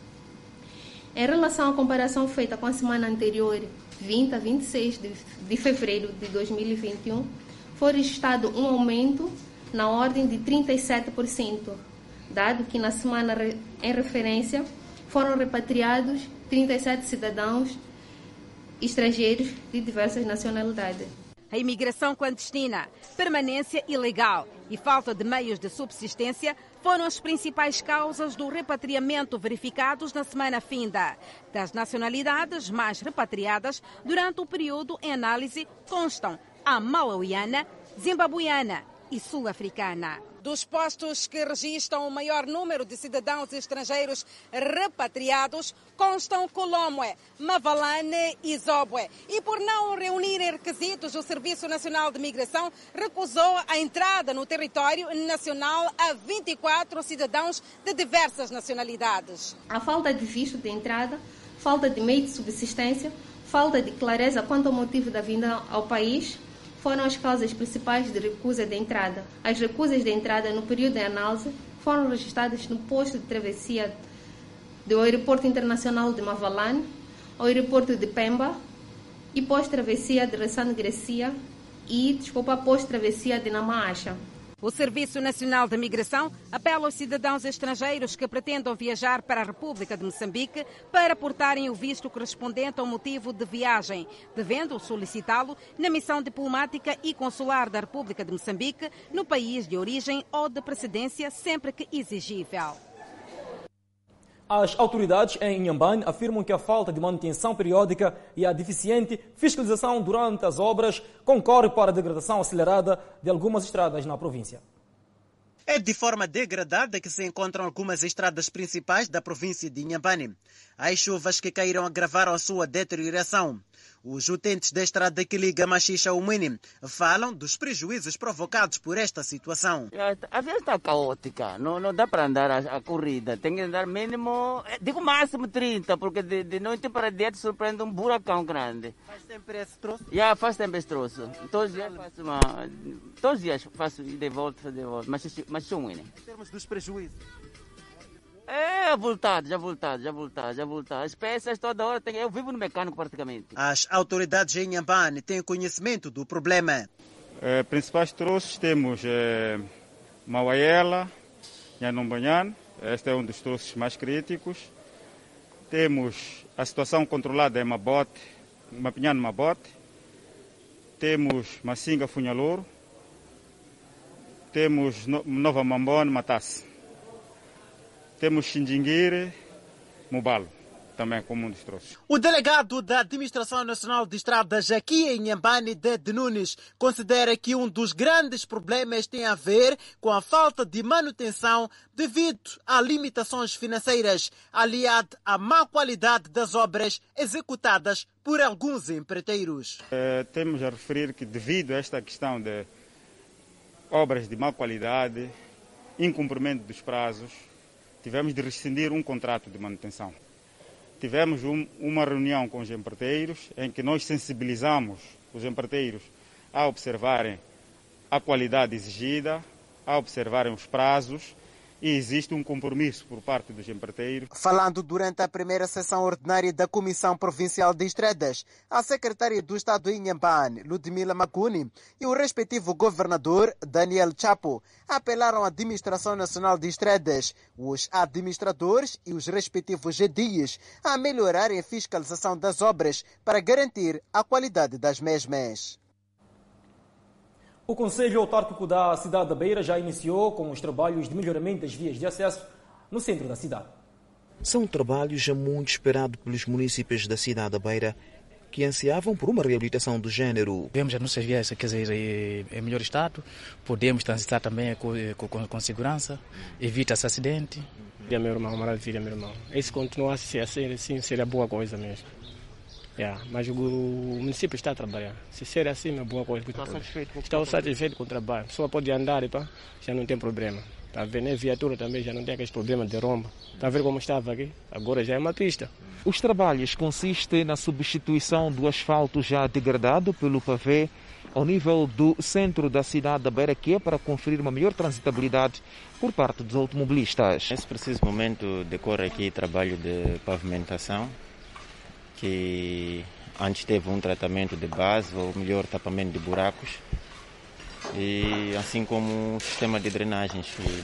Em relação à comparação feita com a semana anterior, 20 a 26 de fevereiro de 2021, foi registrado um aumento na ordem de 37%. dado que na semana em referência foram repatriados 37 cidadãos estrangeiros de diversas nacionalidades. A imigração clandestina, permanência ilegal e falta de meios de subsistência foram as principais causas do repatriamento verificados na semana finda. Das nacionalidades mais repatriadas durante o período em análise constam a malauiana, zimbabuiana e sul-africana. Dos postos que registram o maior número de cidadãos estrangeiros repatriados constam Colomwe, Mavalane e Zobwe. E por não reunirem requisitos, o Serviço Nacional de Migração recusou a entrada no território nacional a 24 cidadãos de diversas nacionalidades. A falta de visto de entrada, falta de meio de subsistência, falta de clareza quanto ao motivo da vinda ao país foram as causas principais de recusa de entrada. As recusas de entrada no período de análise foram registradas no posto de travessia do Aeroporto Internacional de Mavalane, ao Aeroporto de Pemba e pós-travessia de Ressane Grecia e, pós-travessia de Namaacha. O Serviço Nacional de Migração apela aos cidadãos estrangeiros que pretendam viajar para a República de Moçambique para portarem o visto correspondente ao motivo de viagem, devendo solicitá-lo na missão diplomática e consular da República de Moçambique no país de origem ou de procedência, sempre que exigível. As autoridades em Inhambane afirmam que a falta de manutenção periódica e a deficiente fiscalização durante as obras concorre para a degradação acelerada de algumas estradas na província. É de forma degradada que se encontram algumas estradas principais da província de Inhambane. As chuvas que caíram agravaram a sua deterioração. Os utentes da estrada que liga Machixe ao Mini falam dos prejuízos provocados por esta situação. A via está caótica, não dá para andar a corrida. Tem que andar mínimo, digo máximo 30, porque de noite para dia te surpreende um buracão grande. Faz sempre esse troço? Faz sempre esse troço. Todos os dias faço de volta, mas sou Mini. Em termos dos prejuízos? Já voltado. As peças toda hora, eu vivo no mecânico praticamente. As autoridades em Inhambane têm conhecimento do problema. Principais troços temos Mauaiela, Nhanumbanhan, este é um dos troços mais críticos. Temos a situação controlada em Mabote, Mapinhano Mabote. Temos Massinga Funhalouro. Temos Nova Mambone, Matasse. Temos Xinjinguire, Mubalo, também como um dos troços. O delegado da Administração Nacional de Estradas aqui em Inhambane, Dede Nunes, considera que um dos grandes problemas tem a ver com a falta de manutenção devido a limitações financeiras, aliado à má qualidade das obras executadas por alguns empreiteiros. Temos a referir que devido a esta questão de obras de má qualidade, incumprimento dos prazos, tivemos de rescindir um contrato de manutenção. Tivemos uma reunião com os empreiteiros em que nós sensibilizamos os empreiteiros a observarem a qualidade exigida, a observarem os prazos, e existe um compromisso por parte dos empreiteiros. Falando durante a primeira sessão ordinária da Comissão Provincial de Estradas, a secretária do Estado em Inhambane, Ludmila Maguni, e o respectivo governador, Daniel Chapo, apelaram à Administração Nacional de Estradas, os administradores e os respectivos GDIs a melhorarem a fiscalização das obras para garantir a qualidade das mesmas. O Conselho Autárquico da cidade da Beira já iniciou com os trabalhos de melhoramento das vias de acesso no centro da cidade. São trabalhos muito esperados pelos municípios da cidade da Beira que ansiavam por uma reabilitação do género. Vemos as nossas vias, quer dizer, em melhor estado, podemos transitar também com segurança, evita-se acidente. Meu irmão, maravilha, meu irmão. E se continuasse assim, seria boa coisa mesmo. Mas o município está a trabalhar. Se ser assim, é boa coisa. Estou satisfeito com o trabalho. Só pode andar, já não tem problema. Está vendo? A viatura também já não tem aqueles problemas de romba. Está a ver como estava aqui? Agora já é uma pista. Os trabalhos consistem na substituição do asfalto já degradado pelo pavê ao nível do centro da cidade da Beira, que é para conferir uma melhor transitabilidade por parte dos automobilistas. Nesse preciso momento decorre aqui trabalho de pavimentação, que antes teve um tratamento de base, ou melhor, tapamento de buracos, e assim como um sistema de drenagens que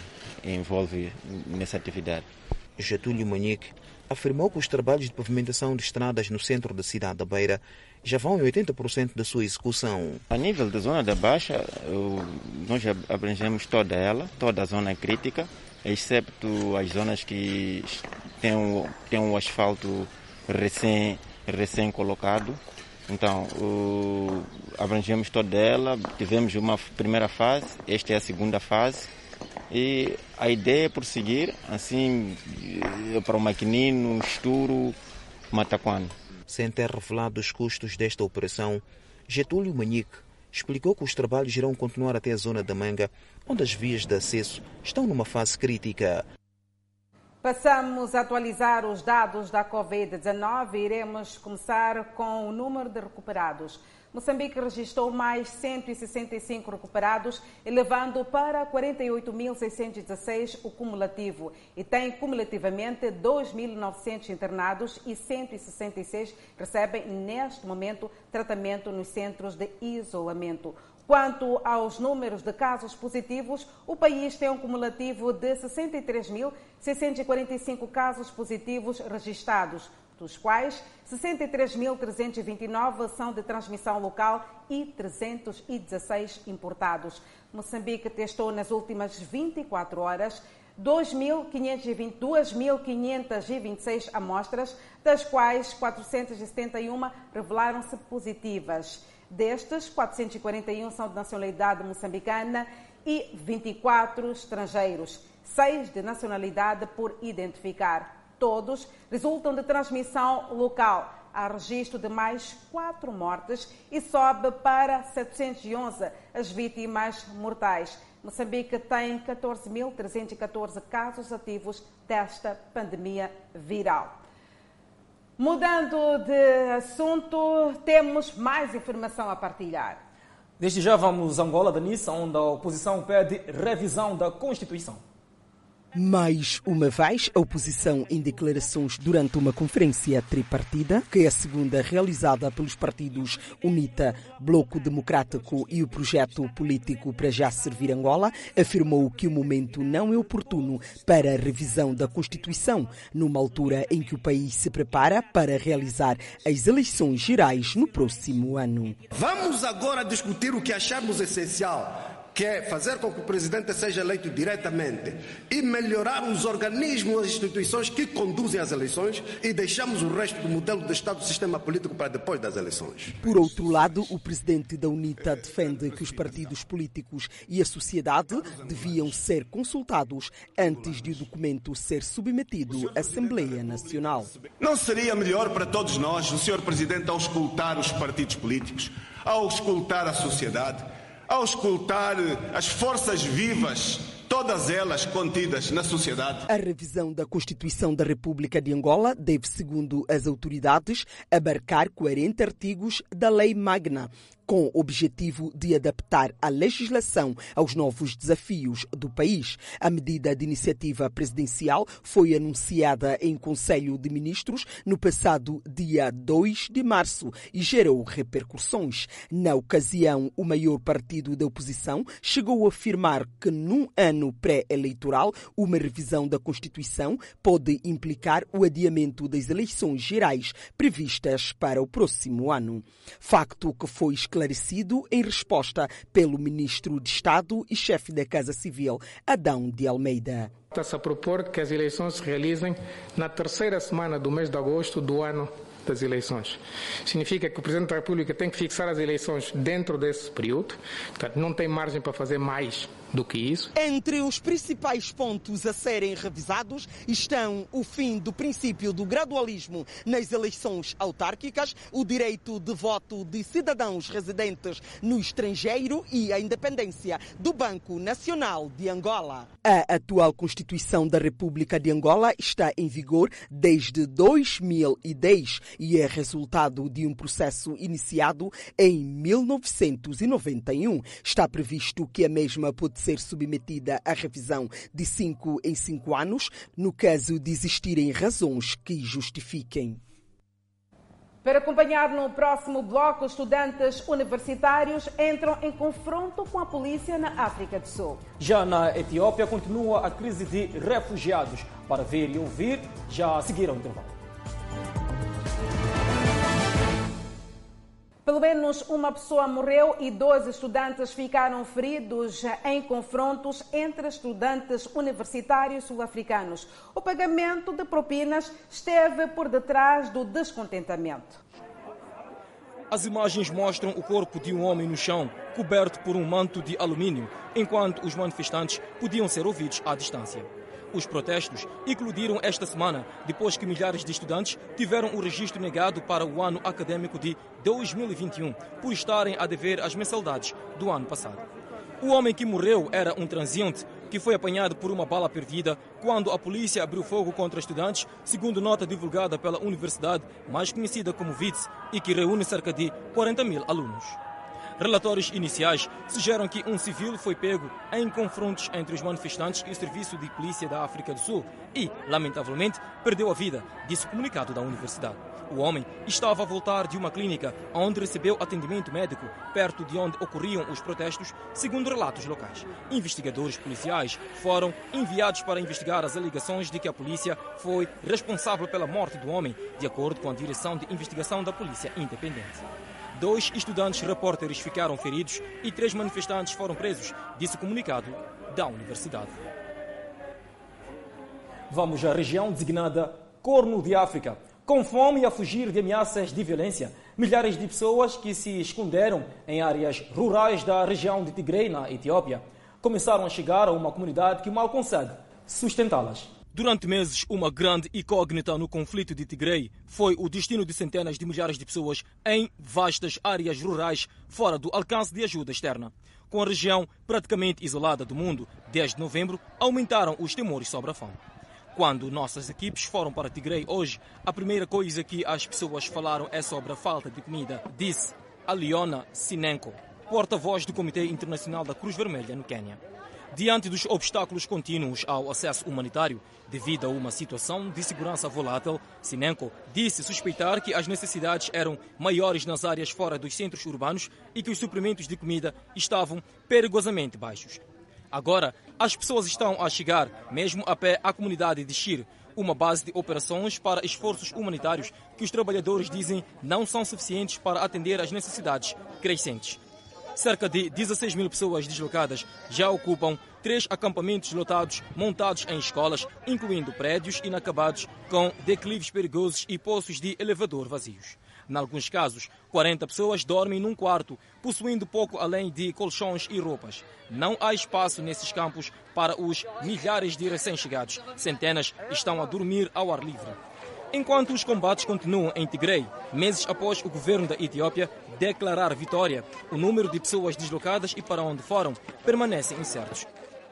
envolve nessa atividade. Getúlio Manique afirmou que os trabalhos de pavimentação de estradas no centro da cidade da Beira já vão em 80% da sua execução. A nível da zona da Baixa, nós abrangemos toda ela, toda a zona crítica, excepto as zonas que têm o asfalto recém colocado. Então, abrangemos toda ela, tivemos uma primeira fase, esta é a segunda fase. E a ideia é prosseguir, assim, para o Maquinino, Esturo, Mataquano. Sem ter revelado os custos desta operação, Getúlio Manique explicou que os trabalhos irão continuar até a zona da Manga, onde as vias de acesso estão numa fase crítica. Passamos a atualizar os dados da Covid-19 e iremos começar com o número de recuperados. Moçambique registrou mais 165 recuperados, elevando para 48.616 o cumulativo e tem cumulativamente 2.900 internados e 166 recebem neste momento tratamento nos centros de isolamento. Quanto aos números de casos positivos, o país tem um cumulativo de 63.645 casos positivos registados, dos quais 63.329 são de transmissão local e 316 importados. Moçambique testou nas últimas 24 horas 2.526 amostras, das quais 471 revelaram-se positivas. Destes, 441 são de nacionalidade moçambicana e 24 estrangeiros, 6 de nacionalidade por identificar. Todos resultam de transmissão local. Há registro de mais 4 mortes e sobe para 711 as vítimas mortais. Moçambique tem 14.314 casos ativos desta pandemia viral. Mudando de assunto, temos mais informação a partilhar. Desde já vamos a Angola, Denise, onde a oposição pede revisão da Constituição. Mais uma vez, a oposição em declarações durante uma conferência tripartida, que é a segunda realizada pelos partidos UNITA, Bloco Democrático e o Projeto Político para já servir Angola, afirmou que o momento não é oportuno para a revisão da Constituição, numa altura em que o país se prepara para realizar as eleições gerais no próximo ano. Vamos agora discutir o que achamos essencial, que é fazer com que o presidente seja eleito diretamente e melhorar os organismos, as instituições que conduzem as eleições e deixamos o resto do modelo de Estado, do sistema político para depois das eleições. Por outro lado, o presidente da UNITA defende que os partidos políticos e a sociedade deviam ser consultados antes de o documento ser submetido à Assembleia Nacional. Não seria melhor para todos nós, o Sr. Presidente, ao escutar os partidos políticos, ao escutar a sociedade, ao escutar as forças vivas, todas elas contidas na sociedade? A revisão da Constituição da República de Angola deve, segundo as autoridades, abarcar 40 artigos da Lei Magna, com o objetivo de adaptar a legislação aos novos desafios do país. A medida de iniciativa presidencial foi anunciada em Conselho de Ministros no passado dia 2 de março e gerou repercussões. Na ocasião, o maior partido da oposição chegou a afirmar que num ano pré-eleitoral, uma revisão da Constituição pode implicar o adiamento das eleições gerais previstas para o próximo ano. Facto que foi esclarecido em resposta pelo ministro de Estado e chefe da Casa Civil, Adão de Almeida. Está-se a propor que as eleições se realizem na terceira semana do mês de agosto do ano das eleições. Significa que o Presidente da República tem que fixar as eleições dentro desse período, portanto não tem margem para fazer mais do que isso. Entre os principais pontos a serem revisados estão o fim do princípio do gradualismo nas eleições autárquicas, o direito de voto de cidadãos residentes no estrangeiro e a independência do Banco Nacional de Angola. A atual Constituição da República de Angola está em vigor desde 2010 e é resultado de um processo iniciado em 1991. Está previsto que a mesma pode ser submetida à revisão de 5 em 5 anos, no caso de existirem razões que justifiquem. Para acompanhar no próximo bloco, estudantes universitários entram em confronto com a polícia na África do Sul. Já na Etiópia, continua a crise de refugiados. Para ver e ouvir, já a seguir ao intervalo. Pelo menos uma pessoa morreu e 12 estudantes ficaram feridos em confrontos entre estudantes universitários sul-africanos. O pagamento de propinas esteve por detrás do descontentamento. As imagens mostram o corpo de um homem no chão, coberto por um manto de alumínio, enquanto os manifestantes podiam ser ouvidos à distância. Os protestos eclodiram esta semana, depois que milhares de estudantes tiveram o registro negado para o ano acadêmico de 2021, por estarem a dever as mensalidades do ano passado. O homem que morreu era um transeunte que foi apanhado por uma bala perdida quando a polícia abriu fogo contra estudantes, segundo nota divulgada pela universidade, mais conhecida como WITS, e que reúne cerca de 40 mil alunos. Relatórios iniciais sugerem que um civil foi pego em confrontos entre os manifestantes e o Serviço de Polícia da África do Sul e, lamentavelmente, perdeu a vida, disse o comunicado da universidade. O homem estava a voltar de uma clínica onde recebeu atendimento médico perto de onde ocorriam os protestos, segundo relatos locais. Investigadores policiais foram enviados para investigar as alegações de que a polícia foi responsável pela morte do homem, de acordo com a Direção de Investigação da Polícia Independente. 2 estudantes repórteres ficaram feridos e 3 manifestantes foram presos, disse o comunicado da universidade. Vamos à região designada Corno de África. Com fome e a fugir de ameaças de violência, milhares de pessoas que se esconderam em áreas rurais da região de Tigray, na Etiópia, começaram a chegar a uma comunidade que mal consegue sustentá-las. Durante meses, uma grande incógnita no conflito de Tigray foi o destino de centenas de milhares de pessoas em vastas áreas rurais fora do alcance de ajuda externa. Com a região praticamente isolada do mundo, desde novembro, aumentaram os temores sobre a fome. Quando nossas equipes foram para Tigray hoje, a primeira coisa que as pessoas falaram é sobre a falta de comida, disse Aliona Sinenko, porta-voz do Comitê Internacional da Cruz Vermelha no Quênia. Diante dos obstáculos contínuos ao acesso humanitário, devido a uma situação de segurança volátil, Sinenko disse suspeitar que as necessidades eram maiores nas áreas fora dos centros urbanos e que os suprimentos de comida estavam perigosamente baixos. Agora, as pessoas estão a chegar, mesmo a pé, à comunidade de Shire, uma base de operações para esforços humanitários que os trabalhadores dizem não são suficientes para atender às necessidades crescentes. Cerca de 16 mil pessoas deslocadas já ocupam 3 acampamentos lotados montados em escolas, incluindo prédios inacabados com declives perigosos e poços de elevador vazios. Em alguns casos, 40 pessoas dormem num quarto, possuindo pouco além de colchões e roupas. Não há espaço nesses campos para os milhares de recém-chegados. Centenas estão a dormir ao ar livre. Enquanto os combates continuam em Tigray, meses após o governo da Etiópia declarar vitória, o número de pessoas deslocadas e para onde foram permanecem incertos.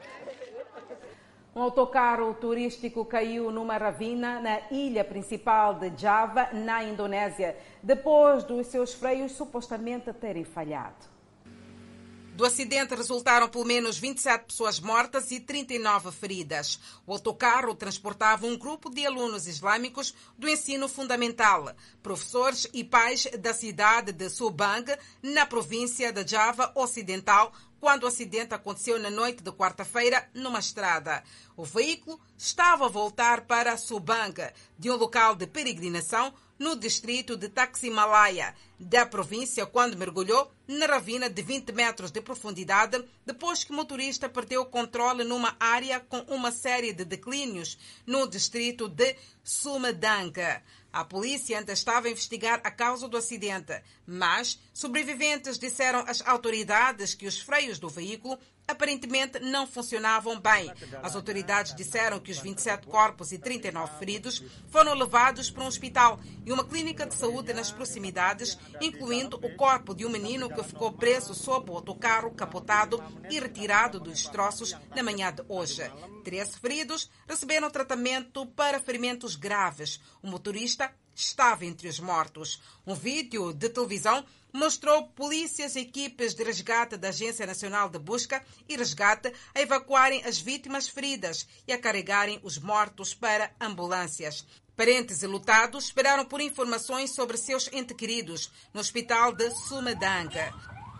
Um autocarro turístico caiu numa ravina na ilha principal de Java, na Indonésia, depois dos seus freios supostamente terem falhado. Do acidente resultaram pelo menos 27 pessoas mortas e 39 feridas. O autocarro transportava um grupo de alunos islâmicos do ensino fundamental, professores e pais da cidade de Subang, na província de Java Ocidental, quando o acidente aconteceu na noite de quarta-feira numa estrada. O veículo estava a voltar para Subang, de um local de peregrinação no distrito de Taximalaya, da província, quando mergulhou na ravina de 20 metros de profundidade, depois que o motorista perdeu o controle numa área com uma série de declínios no distrito de Sumedang. A polícia ainda estava a investigar a causa do acidente, mas sobreviventes disseram às autoridades que os freios do veículo aparentemente não funcionavam bem. As autoridades disseram que os 27 corpos e 39 feridos foram levados para um hospital e uma clínica de saúde nas proximidades, incluindo o corpo de um menino que ficou preso sob o autocarro capotado e retirado dos destroços na manhã de hoje. 13 feridos receberam tratamento para ferimentos graves. O motorista estava entre os mortos. Um vídeo de televisão mostrou polícias e equipes de resgate da Agência Nacional de Busca e Resgate a evacuarem as vítimas feridas e a carregarem os mortos para ambulâncias. Parentes enlutados esperaram por informações sobre seus entes queridos no hospital de Sumedang.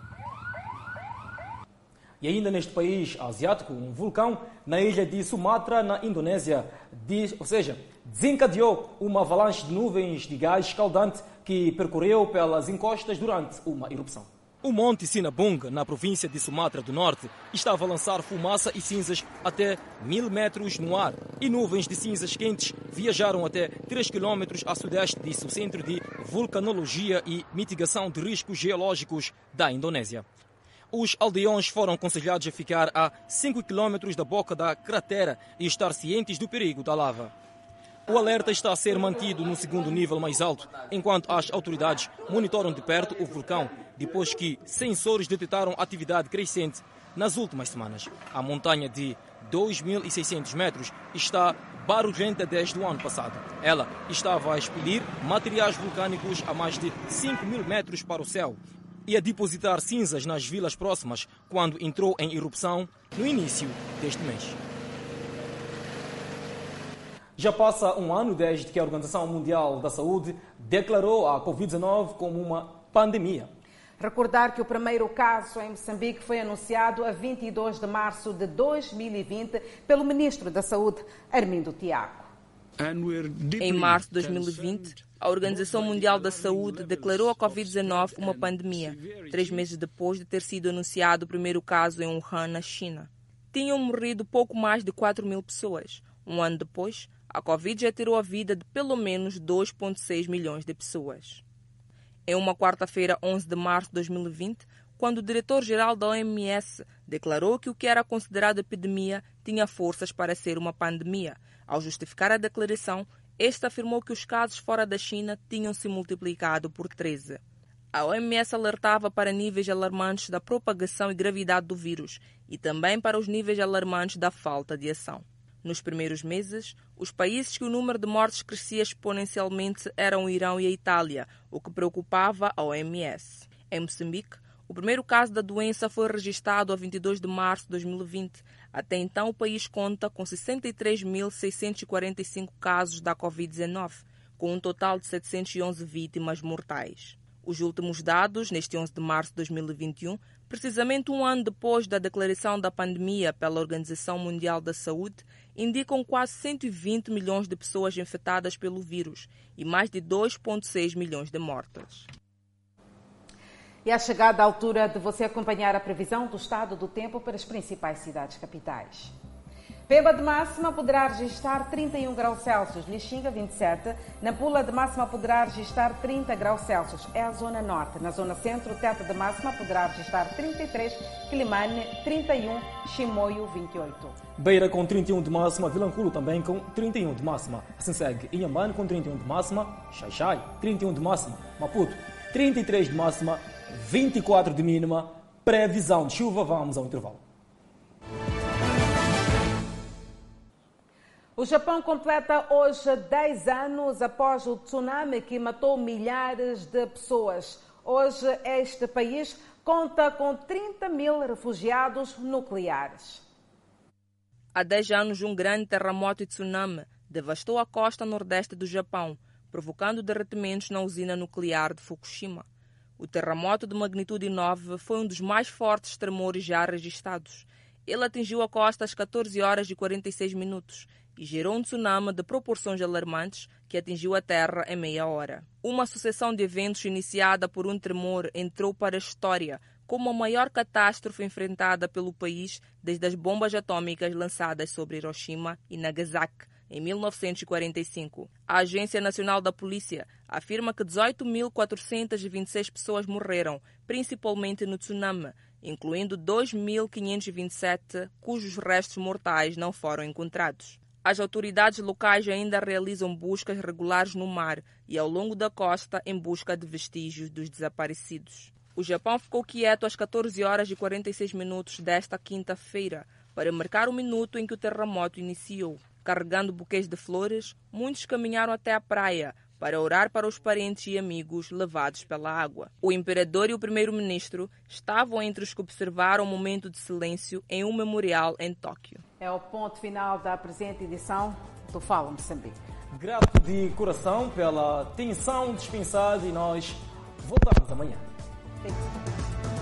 E ainda neste país asiático, um vulcão na ilha de Sumatra, na Indonésia, desencadeou uma avalanche de nuvens de gás escaldante que percorreu pelas encostas durante uma erupção. O Monte Sinabung, na província de Sumatra do Norte, estava a lançar fumaça e cinzas até 1000 metros no ar, e nuvens de cinzas quentes viajaram até 3 quilômetros a sudeste, disse o Centro de Vulcanologia e Mitigação de Riscos Geológicos da Indonésia. Os aldeões foram aconselhados a ficar a 5 quilômetros da boca da cratera e estar cientes do perigo da lava. O alerta está a ser mantido no segundo nível mais alto, enquanto as autoridades monitoram de perto o vulcão, depois que sensores detectaram atividade crescente nas últimas semanas. A montanha de 2.600 metros está barulhenta desde o ano passado. Ela estava a expelir materiais vulcânicos a mais de 5.000 metros para o céu e a depositar cinzas nas vilas próximas quando entrou em erupção no início deste mês. Já passa um ano desde que a Organização Mundial da Saúde declarou a Covid-19 como uma pandemia. Recordar que o primeiro caso em Moçambique foi anunciado a 22 de março de 2020 pelo Ministro da Saúde, Armindo Tiago. Em março de 2020, a Organização Mundial da Saúde declarou a Covid-19 uma pandemia, 3 meses depois de ter sido anunciado o primeiro caso em Wuhan, na China. Tinham morrido pouco mais de 4.000 pessoas. Um ano depois, a Covid já tirou a vida de pelo menos 2,6 milhões de pessoas. Em uma quarta-feira, 11 de março de 2020, quando o diretor-geral da OMS declarou que o que era considerado epidemia tinha forças para ser uma pandemia. Ao justificar a declaração, este afirmou que os casos fora da China tinham se multiplicado por 13. A OMS alertava para níveis alarmantes da propagação e gravidade do vírus e também para os níveis alarmantes da falta de ação. Nos primeiros meses, os países que o número de mortes crescia exponencialmente eram o Irão e a Itália, o que preocupava a OMS. Em Moçambique, o primeiro caso da doença foi registrado a 22 de março de 2020. Até então, o país conta com 63.645 casos da Covid-19, com um total de 711 vítimas mortais. Os últimos dados, neste 11 de março de 2021, precisamente um ano depois da declaração da pandemia pela Organização Mundial da Saúde, indicam quase 120 milhões de pessoas infectadas pelo vírus e mais de 2,6 milhões de mortas. E é chegada a altura de você acompanhar a previsão do estado do tempo para as principais cidades capitais. Pemba de máxima poderá registrar 31 graus Celsius, Lixinga 27, Nampula de máxima poderá registrar 30 graus Celsius, é a zona norte. Na zona centro, Teta de máxima poderá registrar 33, Quilimane 31, Chimoio 28. Beira com 31 de máxima, Vilanculo também com 31 de máxima. Assim segue Inhambane com 31 de máxima, Xai-Xai 31 de máxima, Maputo 33 de máxima, 24 de mínima. Previsão de chuva, vamos ao intervalo. O Japão completa hoje 10 anos após o tsunami que matou milhares de pessoas. Hoje, este país conta com 30 mil refugiados nucleares. Há 10 anos, um grande terremoto e tsunami devastou a costa nordeste do Japão, provocando derretimentos na usina nuclear de Fukushima. O terremoto de magnitude 9 foi um dos mais fortes tremores já registrados. Ele atingiu a costa às 14 horas e 46 minutos e gerou um tsunami de proporções alarmantes que atingiu a terra em meia hora. Uma sucessão de eventos iniciada por um tremor entrou para a história como a maior catástrofe enfrentada pelo país desde as bombas atômicas lançadas sobre Hiroshima e Nagasaki em 1945. A Agência Nacional da Polícia afirma que 18.426 pessoas morreram, principalmente no tsunami, incluindo 2.527 cujos restos mortais não foram encontrados. As autoridades locais ainda realizam buscas regulares no mar e ao longo da costa em busca de vestígios dos desaparecidos. O Japão ficou quieto às 14 horas e 46 minutos desta quinta-feira para marcar o minuto em que o terremoto iniciou. Carregando buquês de flores, muitos caminharam até a praia para orar para os parentes e amigos levados pela água. O imperador e o primeiro-ministro estavam entre os que observaram o momento de silêncio em um memorial em Tóquio. É o ponto final da presente edição do Fala Moçambique. Grato de coração pela atenção dispensada e nós voltamos amanhã.